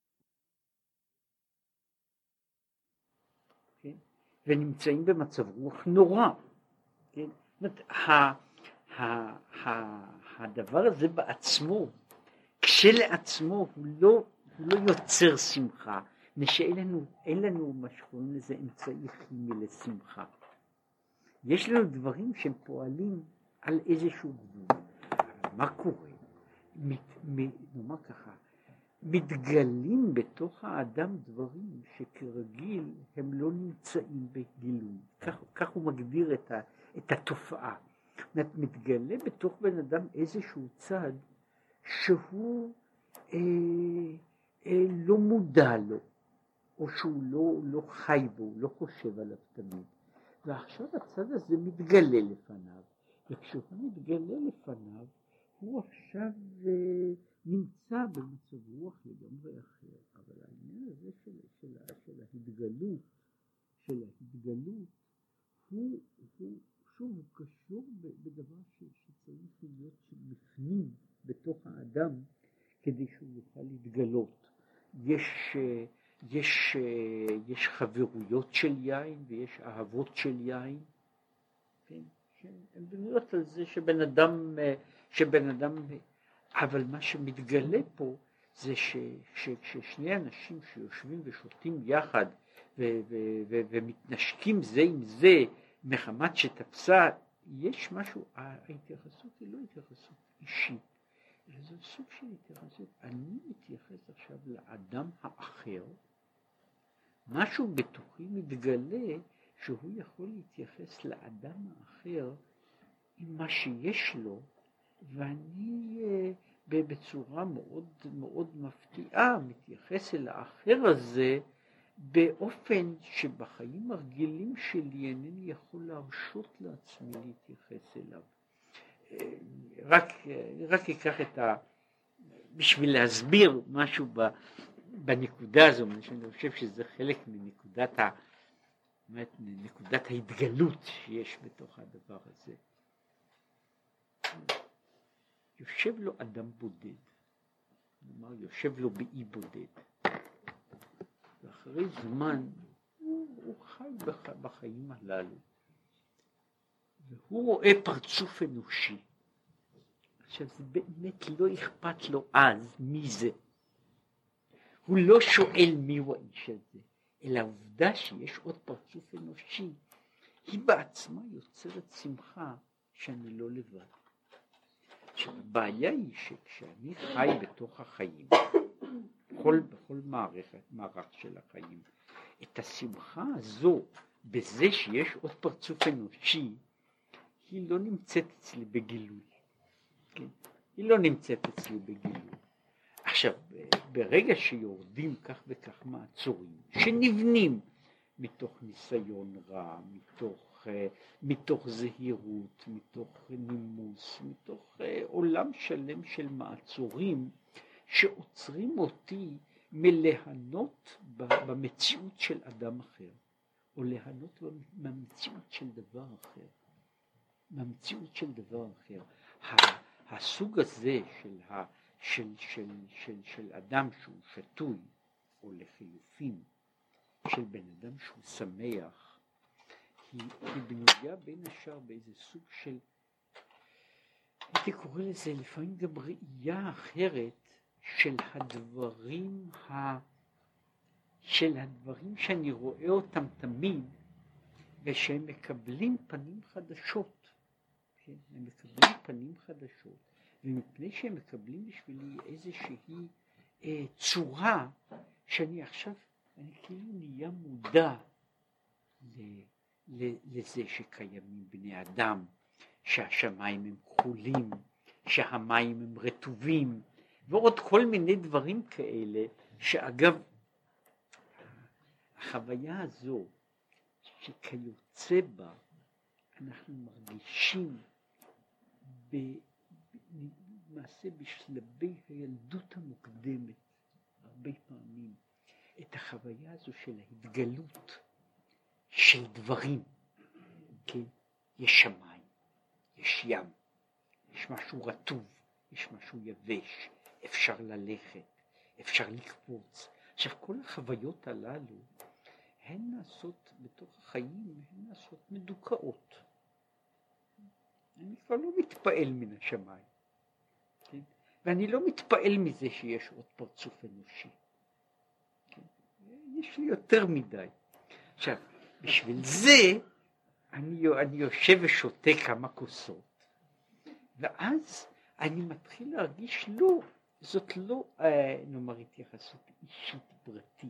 כן? ונמצאים במצב רוח נורא, כן? זאת אומרת, ה, ה, ה, הדבר הזה בעצמו, כשלעצמו הוא לא, הוא לא יוצר שמחה, שאין לנו, אין לנו מה שקוראים לזה אמצעי כימי לשמחה. יש לנו דברים שהם פועלים על איזשהו גבול. מה קורה? מת, מת, נאמר ככה, מתגלים בתוך האדם דברים שכרגיל הם לא נמצאים בגילוי. כך, כך הוא מגדיר את, ה, את התופעה. מתגלה בתוך בן אדם איזשהו צד שהוא אה, אה, לא מודע לו, או שהוא לא, לא חי בו, לא חושב עליו תמיד. ועכשיו הצד הזה מתגלה לפניו, וכשהוא מתגלה לפניו, הוא עכשיו אה, נמצא במצב רוח לגמרי אחר. אבל העניין הזה של, של, של ההתגלות, של ההתגלות, הוא, הוא שוב, הוא קשור בדבר שצריך להיות בפנים, בתוך האדם, כדי שהוא יוכל להתגלות. יש, יש, יש חברויות של יין ויש אהבות של יין, כן? הן בנויות על זה שבן אדם, שבן אדם, אבל מה שמתגלה פה זה ש, ש, ששני אנשים שיושבים ושותים יחד ו, ו, ו, ומתנשקים זה עם זה מחמת שתפסה, יש משהו, ההתייחסות היא לא התייחסות אישית, זה סוג של התייחסות, אני מתייחס עכשיו לאדם האחר, משהו בתוכי מתגלה שהוא יכול להתייחס לאדם האחר עם מה שיש לו, ואני בצורה מאוד מאוד מפתיעה מתייחס אל האחר הזה באופן שבחיים הרגילים שלי אינני יכול להרשות לעצמי להתייחס אליו. רק, רק אקח את ה... בשביל להסביר משהו בנקודה הזו, אני חושב שזה חלק מנקודת ה... באמת, נקודת ההתגלות שיש בתוך הדבר הזה. יושב לו אדם בודד, כלומר יושב לו באי בודד, ואחרי זמן הוא הוא חי בח, בחיים הללו, והוא רואה פרצוף אנושי. עכשיו זה באמת לא אכפת לו אז מי זה. הוא לא שואל מי הוא האיש הזה, אלא העובדה שיש עוד פרצוף אנושי, היא בעצמה יוצרת שמחה שאני לא לבד. עכשיו הבעיה היא שכשאני חי בתוך החיים, בכל, בכל מערכת, מערך של החיים, את השמחה הזו, בזה שיש עוד פרצוף אנושי, היא לא נמצאת אצלי בגילוי. כן? היא לא נמצאת אצלי בגילוי. עכשיו, ברגע שיורדים כך וכך מעצורים, שנבנים מתוך ניסיון רע, מתוך, מתוך זהירות, מתוך נימוס, מתוך עולם שלם של מעצורים, שעוצרים אותי מלהנות במציאות של אדם אחר, או להנות במציאות של דבר אחר. במציאות של דבר אחר. הסוג הזה של, ה, של, של, של, של אדם שהוא שתוי, או לחילופין, של בן אדם שהוא שמח, היא, היא בנויה בין השאר באיזה סוג של, הייתי קורא לזה לפעמים גם ראייה אחרת, של הדברים ה... של הדברים שאני רואה אותם תמיד, ושהם מקבלים פנים חדשות. כן? הם מקבלים פנים חדשות, ומפני שהם מקבלים בשבילי איזושהי אה, צורה, שאני עכשיו, אני כאילו נהיה מודע ל, ל, לזה שקיימים בני אדם, שהשמיים הם כחולים, שהמים הם רטובים, ועוד כל מיני דברים כאלה, שאגב, החוויה הזו, שכיוצא בה, אנחנו מרגישים במעשה בשלבי הילדות המוקדמת, הרבה פעמים, את החוויה הזו של ההתגלות של דברים, כן? יש שמיים, יש ים, יש משהו רטוב, יש משהו יבש, אפשר ללכת, אפשר לקפוץ. עכשיו כל החוויות הללו הן נעשות בתוך החיים, הן נעשות מדוכאות. אני כבר לא מתפעל מן השמיים, כן? ואני לא מתפעל מזה שיש עוד פרצוף אנושי, כן? יש לי יותר מדי. עכשיו בשביל זה אני, אני יושב ושותה כמה כוסות, ואז אני מתחיל להרגיש לא, זאת לא, אה, נאמר, התייחסות אישית פרטית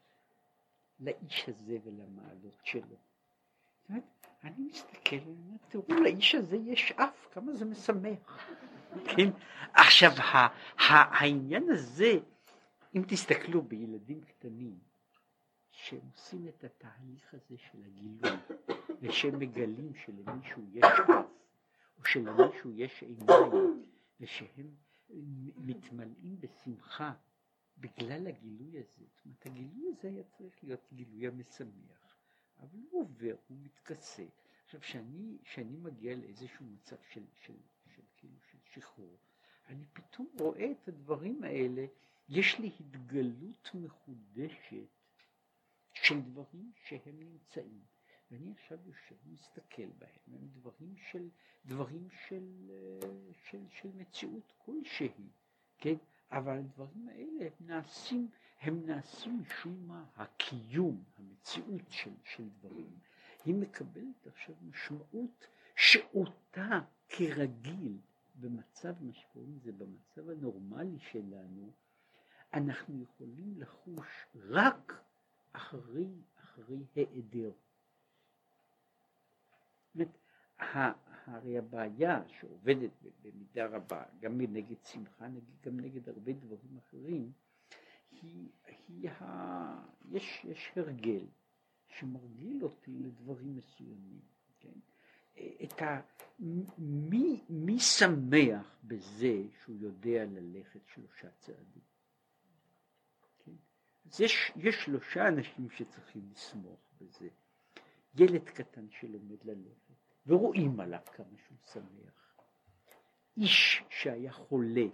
לאיש הזה ולמעלות שלו. זאת אומרת, אני מסתכל, אני אומר, תראו, לאיש הזה יש אף, כמה זה משמח. כן? עכשיו, ה- ה- העניין הזה, אם תסתכלו בילדים קטנים, שהם עושים את התהליך הזה של הגילוי, ושהם מגלים שלמישהו יש אף, או שלמישהו יש עיניים, ושהם מתמלאים בשמחה בגלל הגילוי הזה. זאת אומרת, הגילוי הזה היה צריך להיות גילוי המשמח, אבל הוא עובר, הוא מתכסה. עכשיו, שאני, שאני מגיע לאיזשהו מצב של, של, של, כאילו, של שחרור, אני פתאום רואה את הדברים האלה, יש לי התגלות מחודשת של דברים שהם נמצאים. ואני עכשיו יושב ומסתכל בהם, הם דברים של, דברים של, של, של מציאות כלשהי, כן? אבל הדברים האלה הם נעשים, הם נעשים משום מה, הקיום, המציאות של, של דברים, היא מקבלת עכשיו משמעות שאותה כרגיל במצב, מה שקוראים לזה, במצב הנורמלי שלנו, אנחנו יכולים לחוש רק אחרי, אחרי העדר. הרי הבעיה שעובדת במידה רבה, גם נגד שמחה, גם נגד הרבה דברים אחרים, היא, היא ה... יש, יש הרגל שמרגיל אותי לדברים מסוימים, כן? את ה... מי, מי שמח בזה שהוא יודע ללכת שלושה צעדים? כן? אז יש, יש שלושה אנשים שצריכים לשמוח בזה. ילד קטן שלומד ללכת, ורואים עליו כמה שהוא שמח. איש שהיה חולה,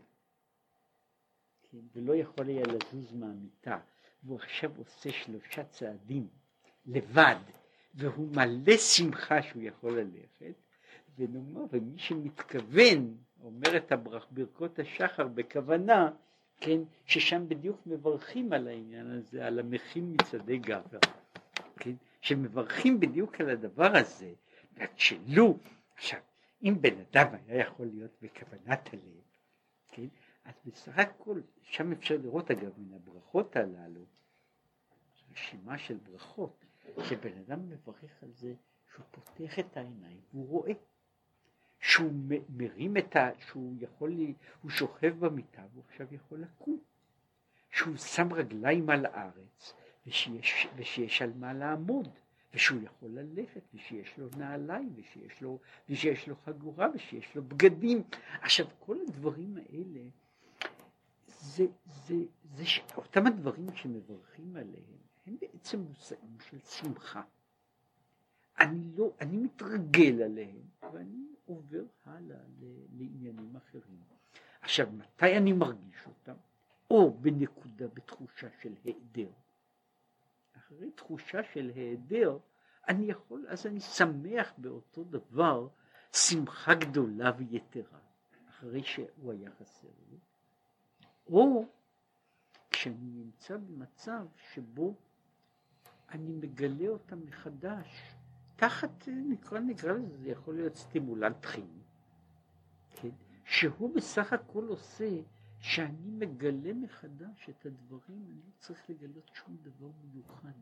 כן, ולא יכול היה לזוז מהמיטה, והוא עכשיו עושה שלושה צעדים, לבד, והוא מלא שמחה שהוא יכול ללכת, ונאמר, ומי שמתכוון, אומר את הברכ, ברכות השחר בכוונה, כן, ששם בדיוק מברכים על העניין הזה, על המכין מצעדי גבר, כן, שמברכים בדיוק על הדבר הזה, שלו, עכשיו, אם בן אדם היה יכול להיות בכוונת הלב, כן, אז בסך הכל, שם אפשר לראות אגב מן הברכות הללו, רשימה של ברכות, שבן אדם מברך על זה, שהוא פותח את העיניים, והוא רואה, שהוא מרים את ה... שהוא יכול, הוא שוכב במיטה, והוא עכשיו יכול לקום, שהוא שם רגליים על הארץ, ושיש, ושיש על מה לעמוד, ושהוא יכול ללכת, ושיש לו נעליים, ושיש לו, ושיש לו חגורה, ושיש לו בגדים. עכשיו, כל הדברים האלה, זה, זה, זה, ש... אותם הדברים שמברכים עליהם, הם בעצם מושאים של שמחה. אני לא, אני מתרגל עליהם, ואני עובר הלאה לעניינים אחרים. עכשיו, מתי אני מרגיש אותם? או בנקודה, בתחושה של היעדר. אחרי תחושה של היעדר, אני יכול, אז אני שמח באותו דבר, שמחה גדולה ויתרה, אחרי שהוא היה חסר לי. או כשאני נמצא במצב שבו אני מגלה אותם מחדש, תחת, נקרא, נקרא לזה, זה יכול להיות סטימולנט כימי, כן? שהוא בסך הכל עושה שאני מגלה מחדש את הדברים, אני לא צריך לגלות שום דבר מיוחד.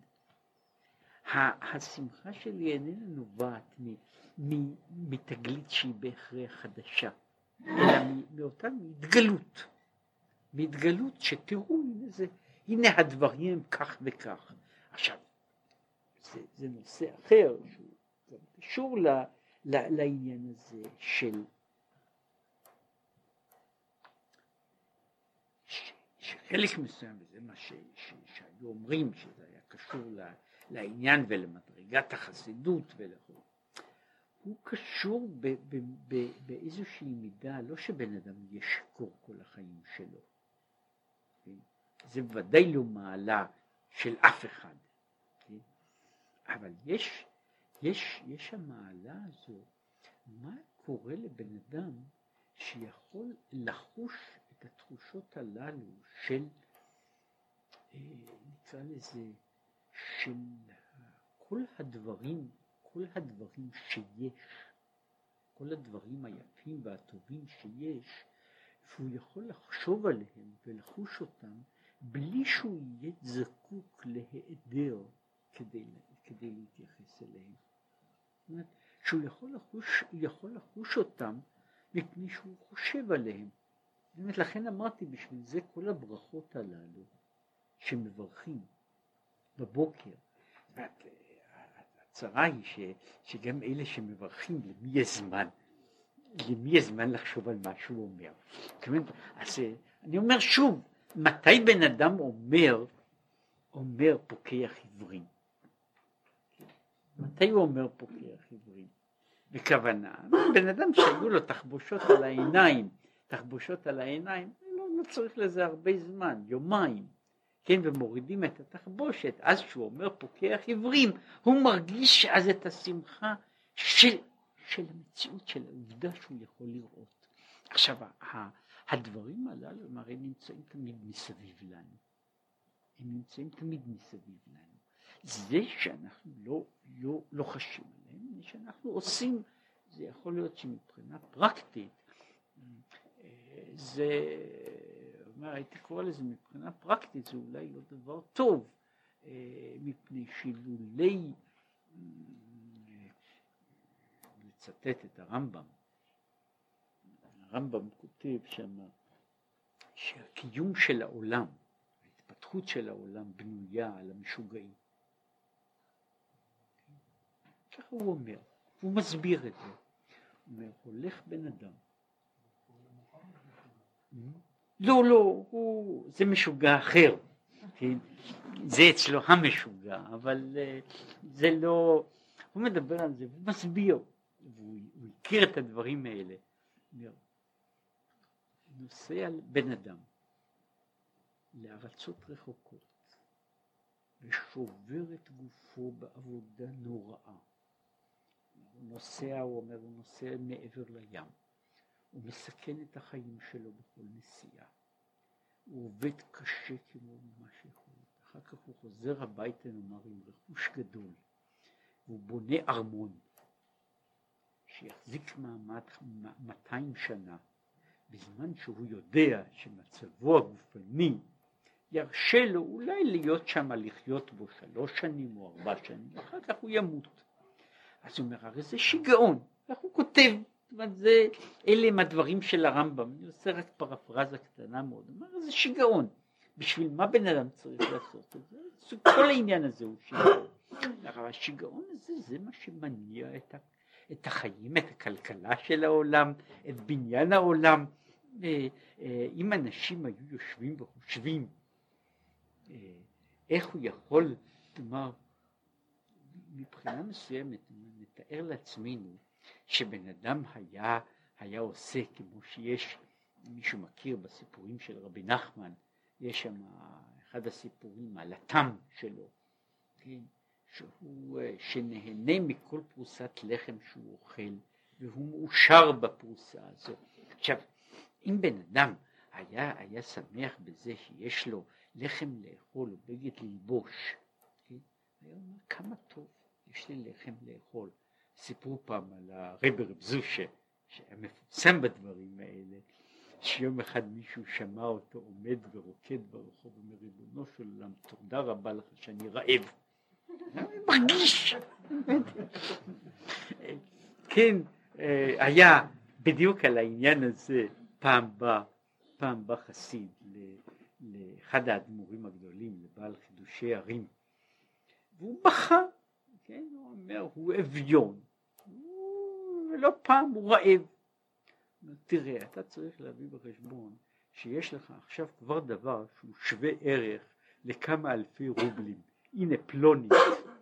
השמחה שלי איננה נובעת מתגלית שהיא בהכרח חדשה, אלא מאותה התגלות, מהתגלות שתראו, הנה, זה, הנה הדברים הם כך וכך. עכשיו, זה, זה נושא אחר שהוא גם קשור ל, ל, לעניין הזה של ש, שחלק מסוים, וזה מה ש, ש, שהיו אומרים שזה היה קשור ל, לעניין ולמדרגת החסידות ולכל, הוא קשור ב, ב, ב, באיזושהי מידה, לא שבן אדם ישקור כל החיים שלו, זה ודאי לא מעלה של אף אחד, אבל יש, יש, יש המעלה הזו, מה קורה לבן אדם שיכול לחוש את התחושות הללו של, נקרא לזה, של כל הדברים, כל הדברים שיש, כל הדברים היפים והטובים שיש, והוא יכול לחשוב עליהם ולחוש אותם, בלי שהוא יהיה זקוק להיעדר כדי, כדי להתייחס אליהם. זאת אומרת, שהוא יכול לחוש, יכול לחוש אותם מפני שהוא חושב עליהם. זאת אומרת, לכן אמרתי, בשביל זה כל הברכות הללו שמברכים בבוקר, הצרה היא ש, שגם אלה שמברכים, למי יש זמן? למי יש זמן לחשוב על מה שהוא אומר? זאת אומרת, אז אני אומר שוב, מתי בן אדם אומר, אומר פוקח עיוורים? מתי הוא אומר פוקח עיוורים? בכוונה, בן אדם שהיו לו תחבושות על העיניים, תחבושות על העיניים, לא, לא צריך לזה הרבה זמן, יומיים, כן, ומורידים את התחבושת, אז שהוא אומר פוקח עיוורים, הוא מרגיש אז את השמחה של, של המציאות, של העובדה שהוא יכול לראות. עכשיו, הדברים הללו הם הרי נמצאים תמיד מסביב לנו, הם נמצאים תמיד מסביב לנו. זה שאנחנו לא, לא, לא חשים עליהם, שאנחנו עושים, זה יכול להיות שמבחינה פרקטית, זה, אומר, הייתי קורא לזה מבחינה פרקטית, זה אולי לא דבר טוב, מפני שילולי, לצטט את הרמב"ם, הרמב"ם כותב שם, שהקיום של העולם, ההתפתחות של העולם בנויה על המשוגעים. ככה הוא אומר, הוא מסביר את זה. הוא אומר, הולך בן אדם. לא, לא, הוא, זה משוגע אחר. זה אצלו המשוגע, אבל זה לא, הוא מדבר על זה, הוא מסביר, והוא הכיר את הדברים האלה. הוא אומר, נוסע בן אדם לארצות רחוקות, ושובר את גופו בעבודה נוראה. הוא נוסע, הוא אומר, הוא נוסע מעבר לים, הוא מסכן את החיים שלו בכל נסיעה, הוא עובד קשה כמו מה שיכול, אחר כך הוא חוזר הביתה נאמר עם רכוש גדול, והוא בונה ארמון שיחזיק מעמד מאתיים שנה, בזמן שהוא יודע שמצבו הגופני ירשה לו אולי להיות שם, לחיות בו שלוש שנים או ארבע שנים, אחר כך הוא ימות. אז הוא אומר, הרי זה שיגעון, איך הוא כותב, זאת אומרת, זה, אלה הם הדברים של הרמב"ם, אני עושה רק פרפרזה קטנה מאוד, הוא אומר, זה שיגעון, בשביל מה בן אדם צריך לעשות את זה? כל העניין הזה הוא שיגעון. אבל השיגעון הזה, זה מה שמניע את, ה, את החיים, את הכלכלה של העולם, את בניין העולם. אם אנשים היו יושבים וחושבים, איך הוא יכול, כלומר, מבחינה מסוימת, נתאר לעצמנו, שבן אדם היה, היה עושה, כמו שיש, מישהו מכיר בסיפורים של רבי נחמן, יש שם אחד הסיפורים על התם שלו, כן? שהוא, שנהנה מכל פרוסת לחם שהוא אוכל, והוא מאושר בפרוסה הזו. עכשיו, אם בן אדם היה, היה שמח בזה שיש לו לחם לאכול ובגד ללבוש, כן? היה אומר, כמה טוב, יש לי לחם לאכול. סיפרו פעם על הרב רב זושה, שהיה מפורסם בדברים האלה, שיום אחד מישהו שמע אותו עומד ורוקד ברחוב, אומר, ריבונו של עולם, תודה רבה לך שאני רעב. מרגיש. כן, היה בדיוק על העניין הזה, פעם בא, פעם בא חסיד לאחד האדמו"רים הגדולים, לבעל חידושי ערים, והוא בכה, כן, הוא אומר, הוא אביון, ולא פעם הוא רעב. תראה, אתה צריך להביא בחשבון שיש לך עכשיו כבר דבר שהוא שווה ערך לכמה אלפי רובלים. הנה פלונית,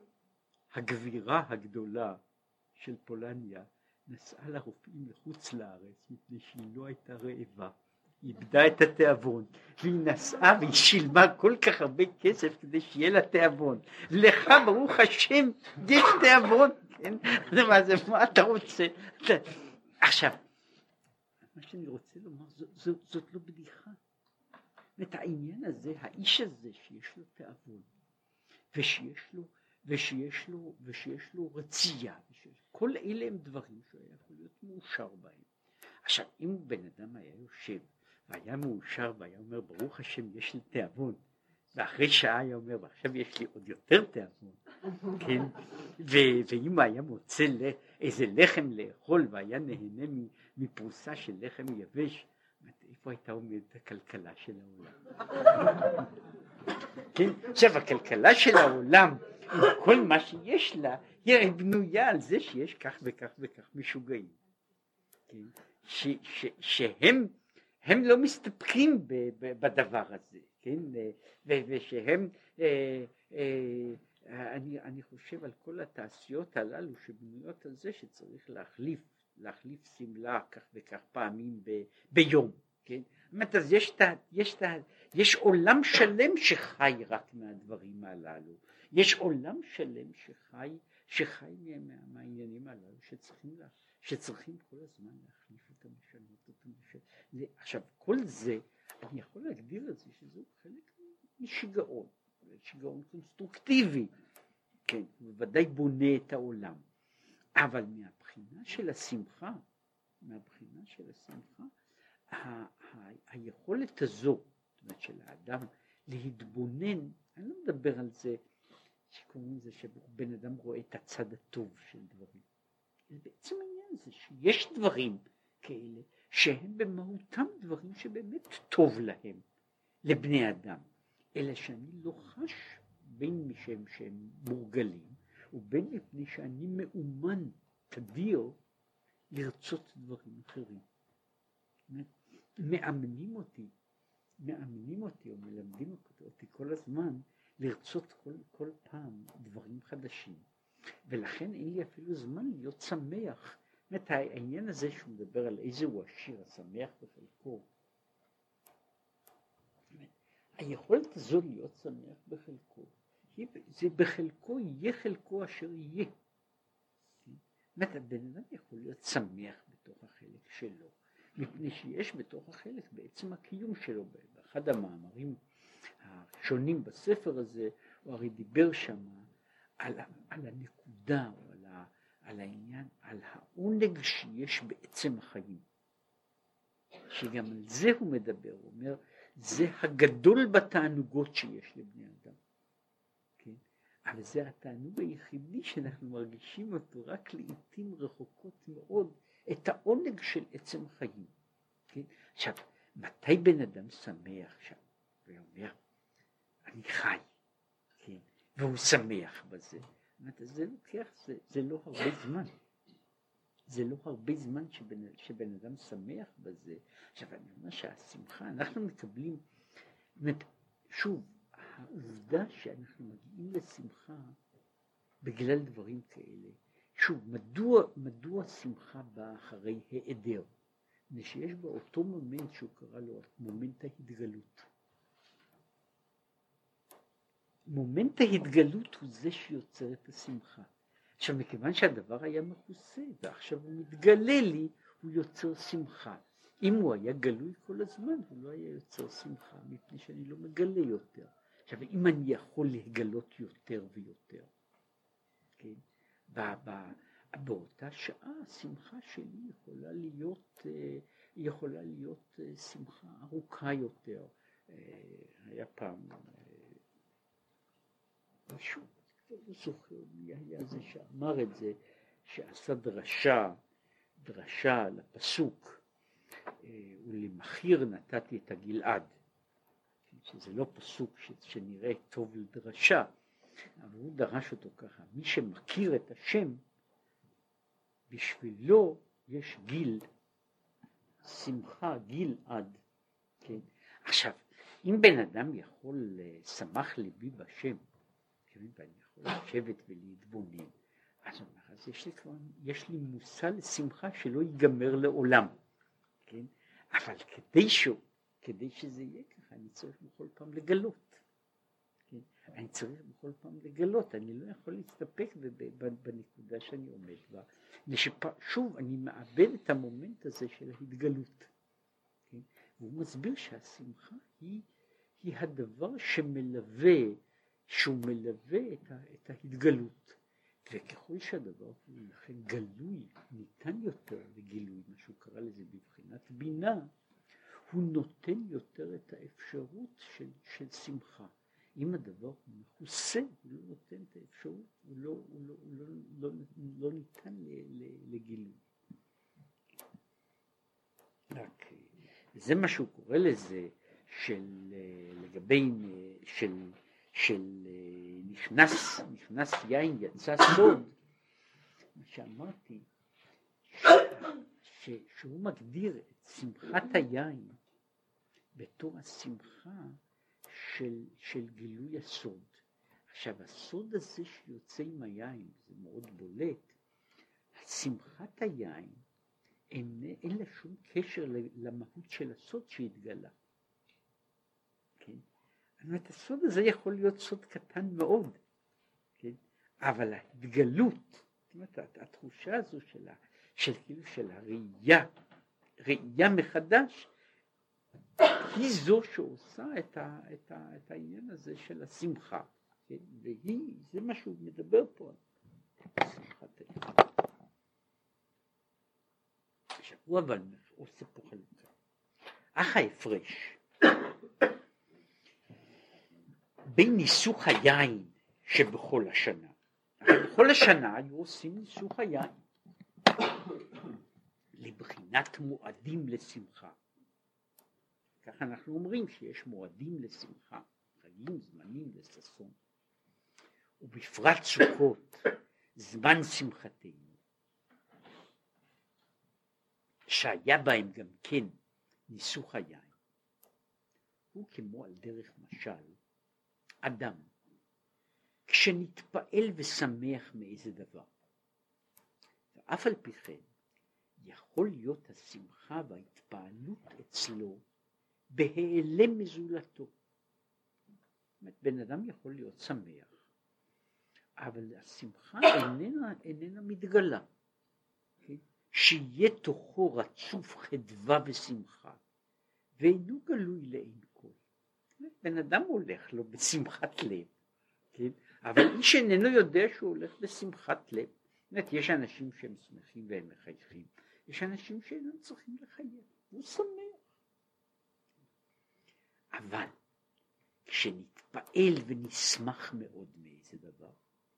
הגבירה הגדולה של פולניה, נסעה לרופאים לחוץ לארץ מפני שהיא לא הייתה רעבה, היא איבדה את התיאבון, והיא נסעה והיא שילמה כל כך הרבה כסף כדי שיהיה לה תיאבון. לך ברוך השם יש תיאבון, כן? זה מה זה, מה אתה רוצה? עכשיו, מה שאני רוצה לומר, זאת, זאת, זאת לא בדיחה. את העניין הזה, האיש הזה שיש לו תיאבון, ושיש לו, ושיש לו, ושיש לו רצייה, ושיש, כל אלה הם דברים שהוא היה יכול להיות מאושר בהם. עכשיו, אם בן אדם היה יושב, והיה מאושר, והיה אומר, ברוך השם, יש לי תיאבון, ואחרי שעה היה אומר, ועכשיו יש לי עוד יותר תיאבון, כן? ו- ואם היה מוצא איזה לחם לאכול, והיה נהנה מפרוסה של לחם יבש, איפה הייתה עומדת הכלכלה של העולם? כן? עכשיו, הכלכלה של העולם, כל מה שיש לה, היא בנויה על זה שיש כך וכך וכך משוגעים. כן? ש- ש- שהם הם לא מסתפקים ב- ב- בדבר הזה, כן? ו- ושהם, אה, אה, אני, אני חושב על כל התעשיות הללו שבנויות על זה שצריך להחליף, להחליף סמלה כך וכך פעמים ב- ביום. כן? זאת אומרת, אז יש, ת, יש, ת, יש עולם שלם שחי רק מהדברים הללו, יש עולם שלם שחי, שחי מה, מהעניינים הללו, שצריכים, לה, שצריכים כל הזמן להחליף אותם, לשנות אותם. זה, עכשיו, כל זה, אני יכול להגדיר את זה, שזה חלק משיגעון, שיגעון קונסטרוקטיבי, כן, בוודאי בונה את העולם, אבל מהבחינה של השמחה, מהבחינה של השמחה, היכולת הזו, זאת אומרת, של האדם להתבונן, אני לא מדבר על זה שקוראים לזה שבן אדם רואה את הצד הטוב של דברים. זה בעצם העניין זה שיש דברים כאלה שהם במהותם דברים שבאמת טוב להם, לבני אדם, אלא שאני לא חש בין משם שהם מורגלים ובין מפני שאני מאומן תדיר לרצות דברים אחרים. מאמנים אותי, מאמנים אותי או מלמדים אותי כל הזמן לרצות כל, כל פעם דברים חדשים, ולכן אין לי אפילו זמן להיות שמח. זאת אומרת, העניין הזה שהוא מדבר על איזה הוא עשיר, השמח בחלקו, היכולת הזו להיות שמח בחלקו זה בחלקו יהיה חלקו אשר יהיה. זאת אומרת, הבן אדם יכול להיות שמח בתוך החלק שלו, מפני שיש בתוך החלק בעצם הקיום שלו. באחד המאמרים השונים בספר הזה, הוא הרי דיבר שם על, על הנקודה, או על, ה, על העניין, על העונג שיש בעצם החיים. שגם על זה הוא מדבר, הוא אומר, זה הגדול בתענוגות שיש לבני אדם. כן? אבל זה התענוג היחידי שאנחנו מרגישים אותו רק לעתים רחוקות מאוד, את העונג של עצם החיים. כן? עכשיו, מתי בן אדם שמח שם? ואומר, אני חי, כן? והוא שמח בזה. זה לוקח, זה, זה לא הרבה זמן. זה לא הרבה זמן שבן, שבן אדם שמח בזה. עכשיו אני אומר שהשמחה, אנחנו מקבלים, שוב, העובדה שאנחנו מגיעים לשמחה בגלל דברים כאלה. שוב, מדוע, מדוע שמחה באה אחרי העדר? שיש בה אותו מומנט שהוא קרא לו מומנט ההתגלות. מומנט ההתגלות הוא זה שיוצר את השמחה. עכשיו, מכיוון שהדבר היה מכוסה, ועכשיו הוא מתגלה לי, הוא יוצר שמחה. אם הוא היה גלוי כל הזמן, הוא לא היה יוצר שמחה, מפני שאני לא מגלה יותר. עכשיו, אם אני יכול לגלות יותר ויותר, כן? באותה שעה, השמחה שלי יכולה להיות, יכולה להיות שמחה ארוכה יותר. היה פעם, משהו, לא זוכר מי היה זה שאמר את זה, שעשה דרשה, דרשה לפסוק, ולמחיר נתתי את הגלעד, שזה לא פסוק שנראה טוב לדרשה, אבל הוא דרש אותו ככה, מי שמכיר את השם, בשבילו יש גיל, שמחה, גלעד. כן? עכשיו, אם בן אדם יכול, שמח ליבי בשם, ואני יכול לשבת ולהתבונן, אז, אז יש, לי כבר, יש לי מושא לשמחה שלא ייגמר לעולם, כן? אבל כדי, ש, כדי שזה יהיה ככה, אני צריך בכל פעם לגלות, כן? אני צריך בכל פעם לגלות, אני לא יכול להסתפק בנקודה שאני עומד בה, שוב אני מאבד את המומנט הזה של ההתגלות, כן? והוא מסביר שהשמחה היא, היא הדבר שמלווה, שהוא מלווה את, ה, את ההתגלות, וככל שהדבר הוא לכן גלוי, ניתן יותר לגילוי, מה שהוא קרא לזה בבחינת בינה, הוא נותן יותר את האפשרות של, של שמחה. אם הדבר הוא מכוסה, הוא לא נותן את האפשרות, הוא לא, הוא לא, הוא לא, לא, לא ניתן ל, ל, לגילוי. רק, זה מה שהוא קורא לזה, של, לגבי, של, של נכנס, נכנס יין, יצא סוד, מה שאמרתי, ש, שהוא מגדיר את שמחת היין בתור השמחה של, של גילוי הסוד. עכשיו, הסוד הזה שיוצא עם היין, זה מאוד בולט, שמחת היין אין, אין לה שום קשר למהות של הסוד שהתגלה. כן? זאת אומרת, הסוד הזה יכול להיות סוד קטן מאוד, כן? אבל ההתגלות, זאת אומרת, התחושה הזו של, ה, של, כאילו של הראייה, ראייה מחדש, היא זו שעושה את, ה, את, ה, את העניין הזה של השמחה, כן? והיא, זה מה שהוא מדבר פה, שמחת היין. עכשיו, הוא אבל עושה פה חלוקה. אך ההפרש בין ניסוך היין שבכל השנה, בכל השנה היו עושים ניסוך היין לבחינת מועדים לשמחה. כך אנחנו אומרים שיש מועדים לשמחה, חגים, זמנים לששון, ובפרט סוכות, זמן שמחתנו, שהיה בהם גם כן ניסוך היין, הוא כמו על דרך משל אדם כשנתפעל ושמח מאיזה דבר, ואף על פי כן יכול להיות השמחה וההתפעלות אצלו בהיעלם מזולתו. זאת אומרת, בן אדם יכול להיות שמח אבל השמחה איננה, איננה מתגלה, כן? שיהיה תוכו רצוף חדווה ושמחה, ואינו גלוי לעין כל. בן אדם הולך לו בשמחת לב, כן? אבל איש איננו יודע שהוא הולך בשמחת לב. זאת יש אנשים שהם שמחים והם מחייכים, יש אנשים שאינם צריכים לחייך, הוא שמח. אבל כשנתפעל ונשמח מאוד מאיזה דבר,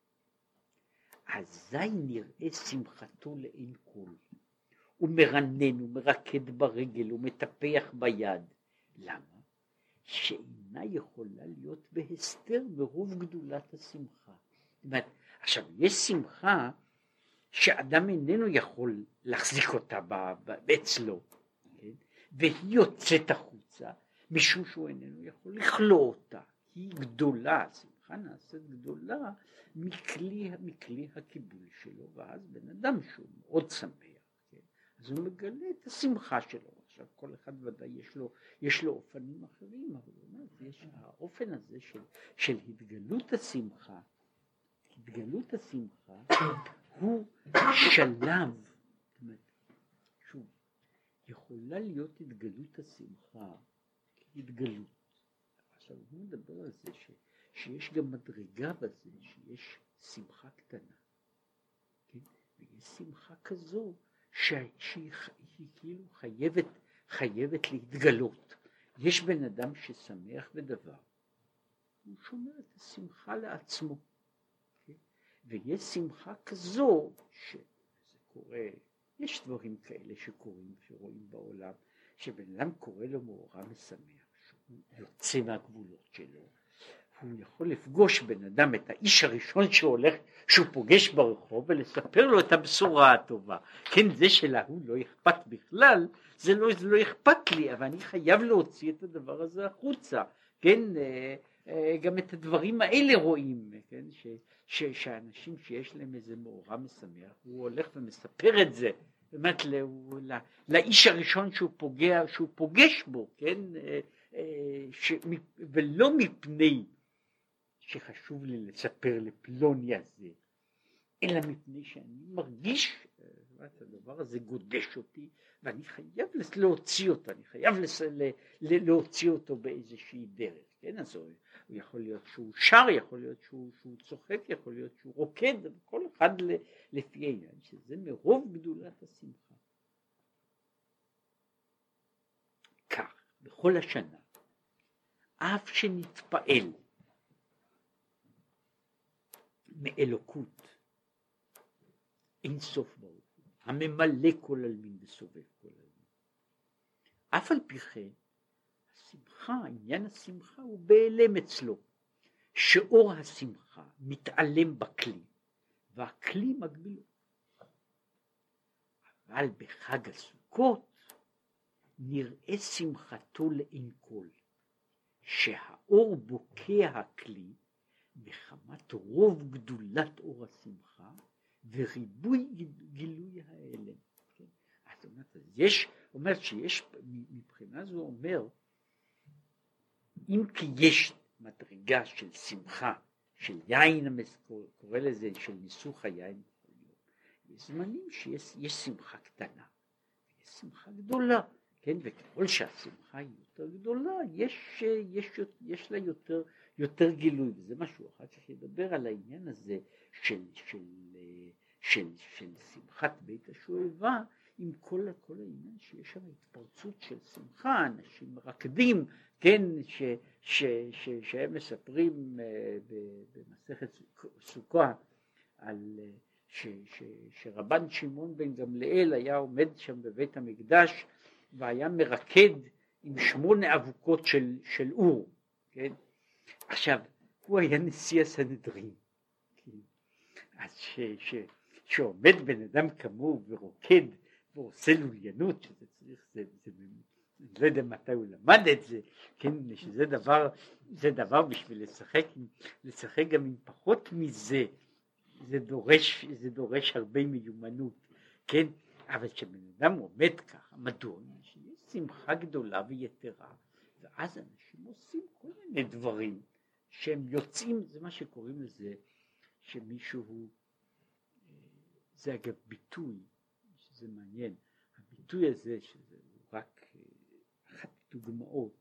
אזי נראה שמחתו לעין כל, הוא מרנן, הוא מרקד ברגל, הוא מטפח ביד. למה? שאינה יכולה להיות בהסתר מרוב גדולת השמחה. זאת אומרת, עכשיו יש שמחה שאדם איננו יכול להחזיק אותה אצלו, כן? והיא יוצאת החוצה משום שהוא איננו יכול לכלוא אותה. היא גדולה, השמחה נעשית גדולה מכלי, מכלי הקיבול שלו, ואז בן אדם שהוא מאוד שמח, כן? אז הוא מגלה את השמחה שלו. עכשיו כל אחד ודאי יש לו, יש לו אופנים אחרים, אבל באמת יש האופן הזה של, של התגלות השמחה, התגלות השמחה הוא שלב, זאת אומרת, שוב, יכולה להיות התגלות השמחה כהתגלות. עכשיו הוא מדבר על זה ש, שיש גם מדרגה בזה, שיש שמחה קטנה, כן? ויש שמחה כזו ש, שהיא, שהיא כאילו חייבת, חייבת להתגלות. יש בן אדם ששמח בדבר, הוא שומר את השמחה לעצמו. ויש שמחה כזו שזה קורה, יש דברים כאלה שקורים, שרואים בעולם, שבן אדם קורא לו מאורע משמח, שהוא יוצא מהגבולות שלו, הוא יכול לפגוש בן אדם, את האיש הראשון שהולך, שהוא פוגש ברחוב, ולספר לו את הבשורה הטובה. כן, זה שלהוא לא אכפת בכלל, זה לא, זה לא אכפת לי, אבל אני חייב להוציא את הדבר הזה החוצה. כן, גם את הדברים האלה רואים, כן, ש, ש, שאנשים שיש להם איזה מאורע משמח, הוא הולך ומספר את זה, באמת, לא, לא, לאיש הראשון שהוא פוגע, שהוא פוגש בו, כן, ש, ולא מפני שחשוב לי לספר לפלוני הזה, אלא מפני שאני מרגיש, הדבר הזה גודש אותי, ואני חייב להוציא אותו, אני חייב להוציא אותו באיזושהי דרך, כן, אז הוא יכול להיות שהוא שר, יכול להיות שהוא, שהוא צוחק, יכול להיות שהוא רוקד, כל אחד לפי העניין, שזה מרוב גדולת השמחה. כך, בכל השנה, אף שנתפעל מאלוקות אין סוף ברוך הוא, הממלא כל עלמין וסובב כל עלמין, אף על פי כן השמחה, עניין השמחה הוא בהיעלם אצלו, שאור השמחה מתעלם בכלי והכלי מגבילו. אבל בחג הסוכות נראה שמחתו לעין כל, שהאור בוקע הכלי מחמת רוב גדולת אור השמחה וריבוי גילוי ההלם. כן? אז אומרת, יש, אומרת שיש, מבחינה זו אומר, אם כי יש מדרגה של שמחה, של יין, קורא לזה, של ניסוך היין, יש זמנים שיש יש שמחה קטנה, יש שמחה גדולה, כן? וככל שהשמחה היא יותר גדולה, יש, יש, יש לה יותר, יותר גילוי, וזה משהו אחר כך ידבר על העניין הזה של, של, של, של שמחת בית השואבה, עם כל, כל העניין שיש שם התפרצות של שמחה, אנשים מרקדים, כן, ש, ש, ש, שהם מספרים במסכת סוכה על ש, ש, שרבן שמעון בן גמליאל היה עומד שם בבית המקדש והיה מרקד עם שמונה אבוקות של, של אור, כן? עכשיו, הוא היה נשיא הסנהדרין, כן? אז ש, ש, שעומד בן אדם כמוהו ורוקד ועושה לוליינות, שזה צריך, זה, זה, אני לא יודע מתי הוא למד את זה, כן? שזה דבר, זה דבר בשביל לשחק, לשחק גם עם פחות מזה, זה דורש, זה דורש הרבה מיומנות, כן? אבל כשבן אדם עומד ככה, מדוע? שיש שמחה גדולה ויתרה, ואז אנשים עושים כל מיני דברים שהם יוצאים, זה מה שקוראים לזה, שמישהו, זה אגב ביטוי, שזה מעניין, הביטוי הזה שזה רק אחת דוגמאות,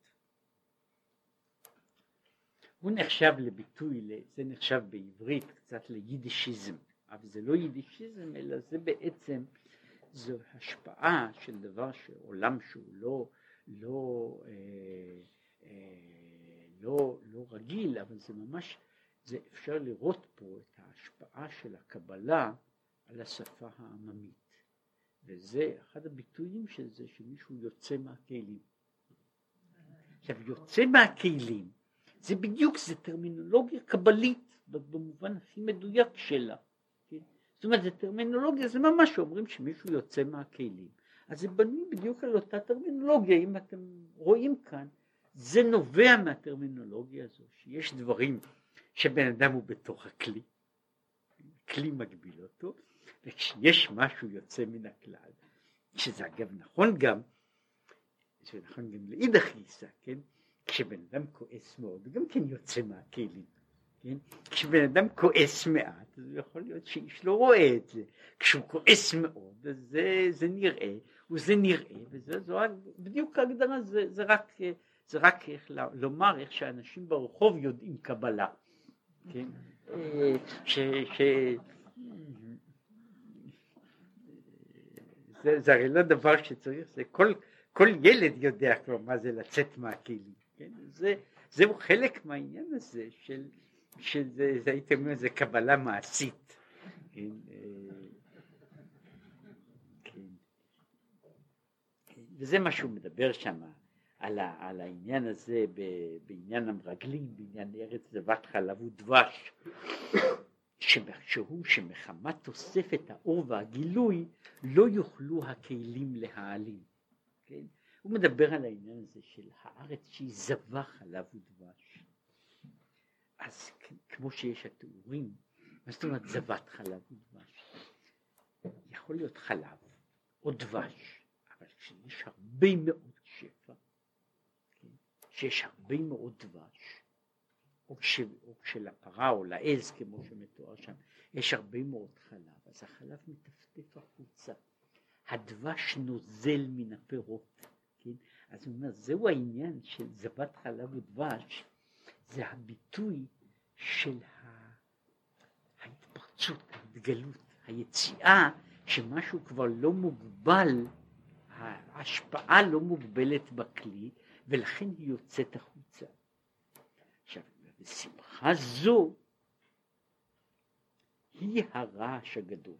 הוא נחשב לביטוי, זה נחשב בעברית קצת ליידישיזם, אבל זה לא יידישיזם אלא זה בעצם, זו השפעה של דבר שעולם שהוא לא, לא, אה, אה, לא, לא רגיל, אבל זה ממש, זה אפשר לראות פה את ההשפעה של הקבלה על השפה העממית, וזה אחד הביטויים של זה שמישהו יוצא מהכלים. עכשיו יוצא מהכלים, זה בדיוק, זה טרמינולוגיה קבלית במובן הכי מדויק שלה. כן? זאת אומרת, זה טרמינולוגיה, זה ממש אומרים שמישהו יוצא מהכלים. אז זה בנוי בדיוק על אותה טרמינולוגיה, אם אתם רואים כאן, זה נובע מהטרמינולוגיה הזו, שיש דברים שבן אדם הוא בתוך הכלי, כלי מגביל אותו, וכשיש משהו יוצא מן הכלל, שזה אגב נכון גם, זה נכון גם לאידך גיסא, כן? כשבן אדם כועס מאוד, גם כן יוצא מהכלים, כן? כשבן אדם כועס מעט, אז יכול להיות שאיש לא רואה את זה, כשהוא כועס מאוד, אז זה, זה נראה, וזה נראה, וזה זו, בדיוק ההגדרה, זה, זה רק, זה רק איך לומר, איך שאנשים ברחוב יודעים קבלה, כן? ש... ש... זה, זה הרי לא דבר שצריך, זה כל, כל ילד יודע כבר מה זה לצאת מהכלים, כן? זה, זהו חלק מהעניין הזה של, של זה, זה הייתי אומר, זה קבלה מעשית, כן? כן. וזה מה שהוא מדבר שם, על, ה, על העניין הזה, ב, בעניין המרגלים, בעניין ארץ זבת חלב ודבש, שהוא שמחמת תוספת האור והגילוי לא יוכלו הכלים להעלים, כן? הוא מדבר על העניין הזה של הארץ שהיא זבה חלב ודבש, אז כמו שיש התיאורים, מה זאת אומרת זבת חלב ודבש? יכול להיות חלב או דבש, אבל כשיש הרבה מאוד שפע, כן? שיש הרבה מאוד דבש, או, כש, או כשלפרה או לעז כמו שמתואר שם, יש הרבה מאוד חלב, אז החלב מטפטף החוצה, הדבש נוזל מן הפירות, כן? אז הוא אומר, זהו העניין של זבת חלב ודבש, זה הביטוי של ההתפרצות, ההתגלות, היציאה, שמשהו כבר לא מוגבל, ההשפעה לא מוגבלת בכלי, ולכן היא יוצאת החוצה. עכשיו, ושמחה זו היא הרעש הגדול.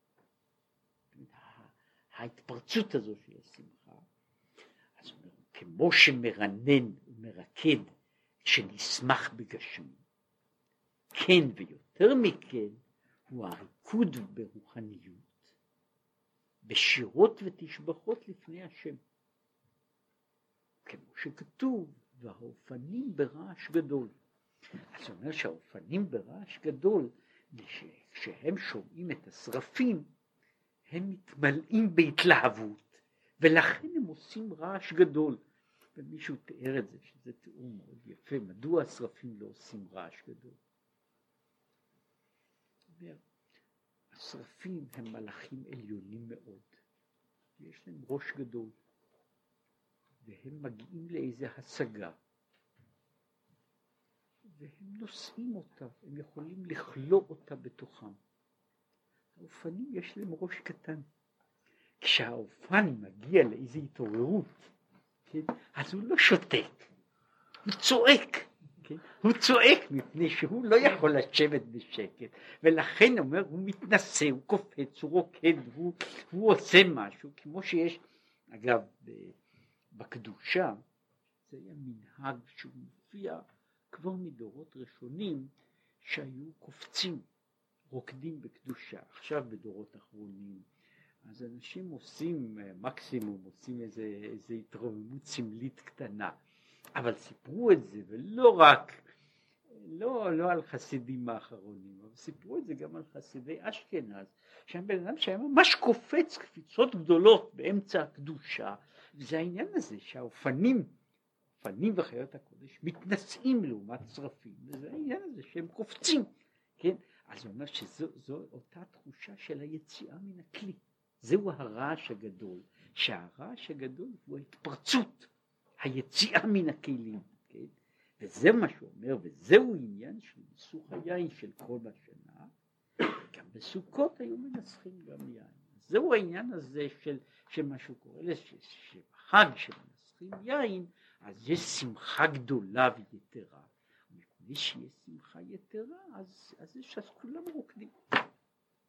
ההתפרצות הזו של השמחה, אז כמו שמרנן ומרקד שנשמח בגשמי, כן ויותר מכן הוא הריקוד ברוחניות, בשירות ותשבחות לפני השם. כמו שכתוב, והאופנים ברעש גדול. אז הוא אומר שהאופנים ברעש גדול, כשהם שומעים את השרפים, הם מתמלאים בהתלהבות, ולכן הם עושים רעש גדול. ומישהו תיאר את זה, שזה תיאור מאוד יפה, מדוע השרפים לא עושים רעש גדול? אומר, השרפים הם מלאכים עליונים מאוד, יש להם ראש גדול, והם מגיעים לאיזו השגה, והם נושאים אותה, הם יכולים לכלוא אותה בתוכם. האופנים יש להם ראש קטן. כשהאופן מגיע לאיזו התעוררות, כן? אז הוא לא שותק, הוא צועק, כן? הוא צועק מפני שהוא לא יכול לשבת בשקט, ולכן אומר, הוא מתנסה, הוא קופץ, הוא רוקד, הוא, הוא עושה משהו, כמו שיש, אגב, בקדושה, זה היה מנהג שהוא מופיע כבר מדורות ראשונים, שהיו קופצים, רוקדים בקדושה. עכשיו בדורות אחרונים, אז אנשים עושים, מקסימום עושים איזה, איזה התרוממות סמלית קטנה, אבל סיפרו את זה, ולא רק, לא, לא על חסידים האחרונים, אבל סיפרו את זה גם על חסידי אשכנז, שהם בן אדם שהיה ממש קופץ קפיצות גדולות באמצע הקדושה, וזה העניין הזה שהאופנים, אופנים וחיות הקודש מתנשאים לעומת שרפים, וזה העניין הזה שהם קופצים, כן? אז הוא אומר שזו אותה תחושה של היציאה מן הכלי, זהו הרעש הגדול, שהרעש הגדול הוא ההתפרצות, היציאה מן הכלים, כן? וזה מה שהוא אומר, וזהו עניין של ניסוך היין של כל השנה, גם בסוכות היו מנסחים גם יין. זהו העניין הזה של, של מה שהוא קורא לזה, שבחג שמנסחים יין, אז יש שמחה גדולה ויתרה. ומפני שיש שמחה יתרה, אז, אז יש, אז כולם רוקדים.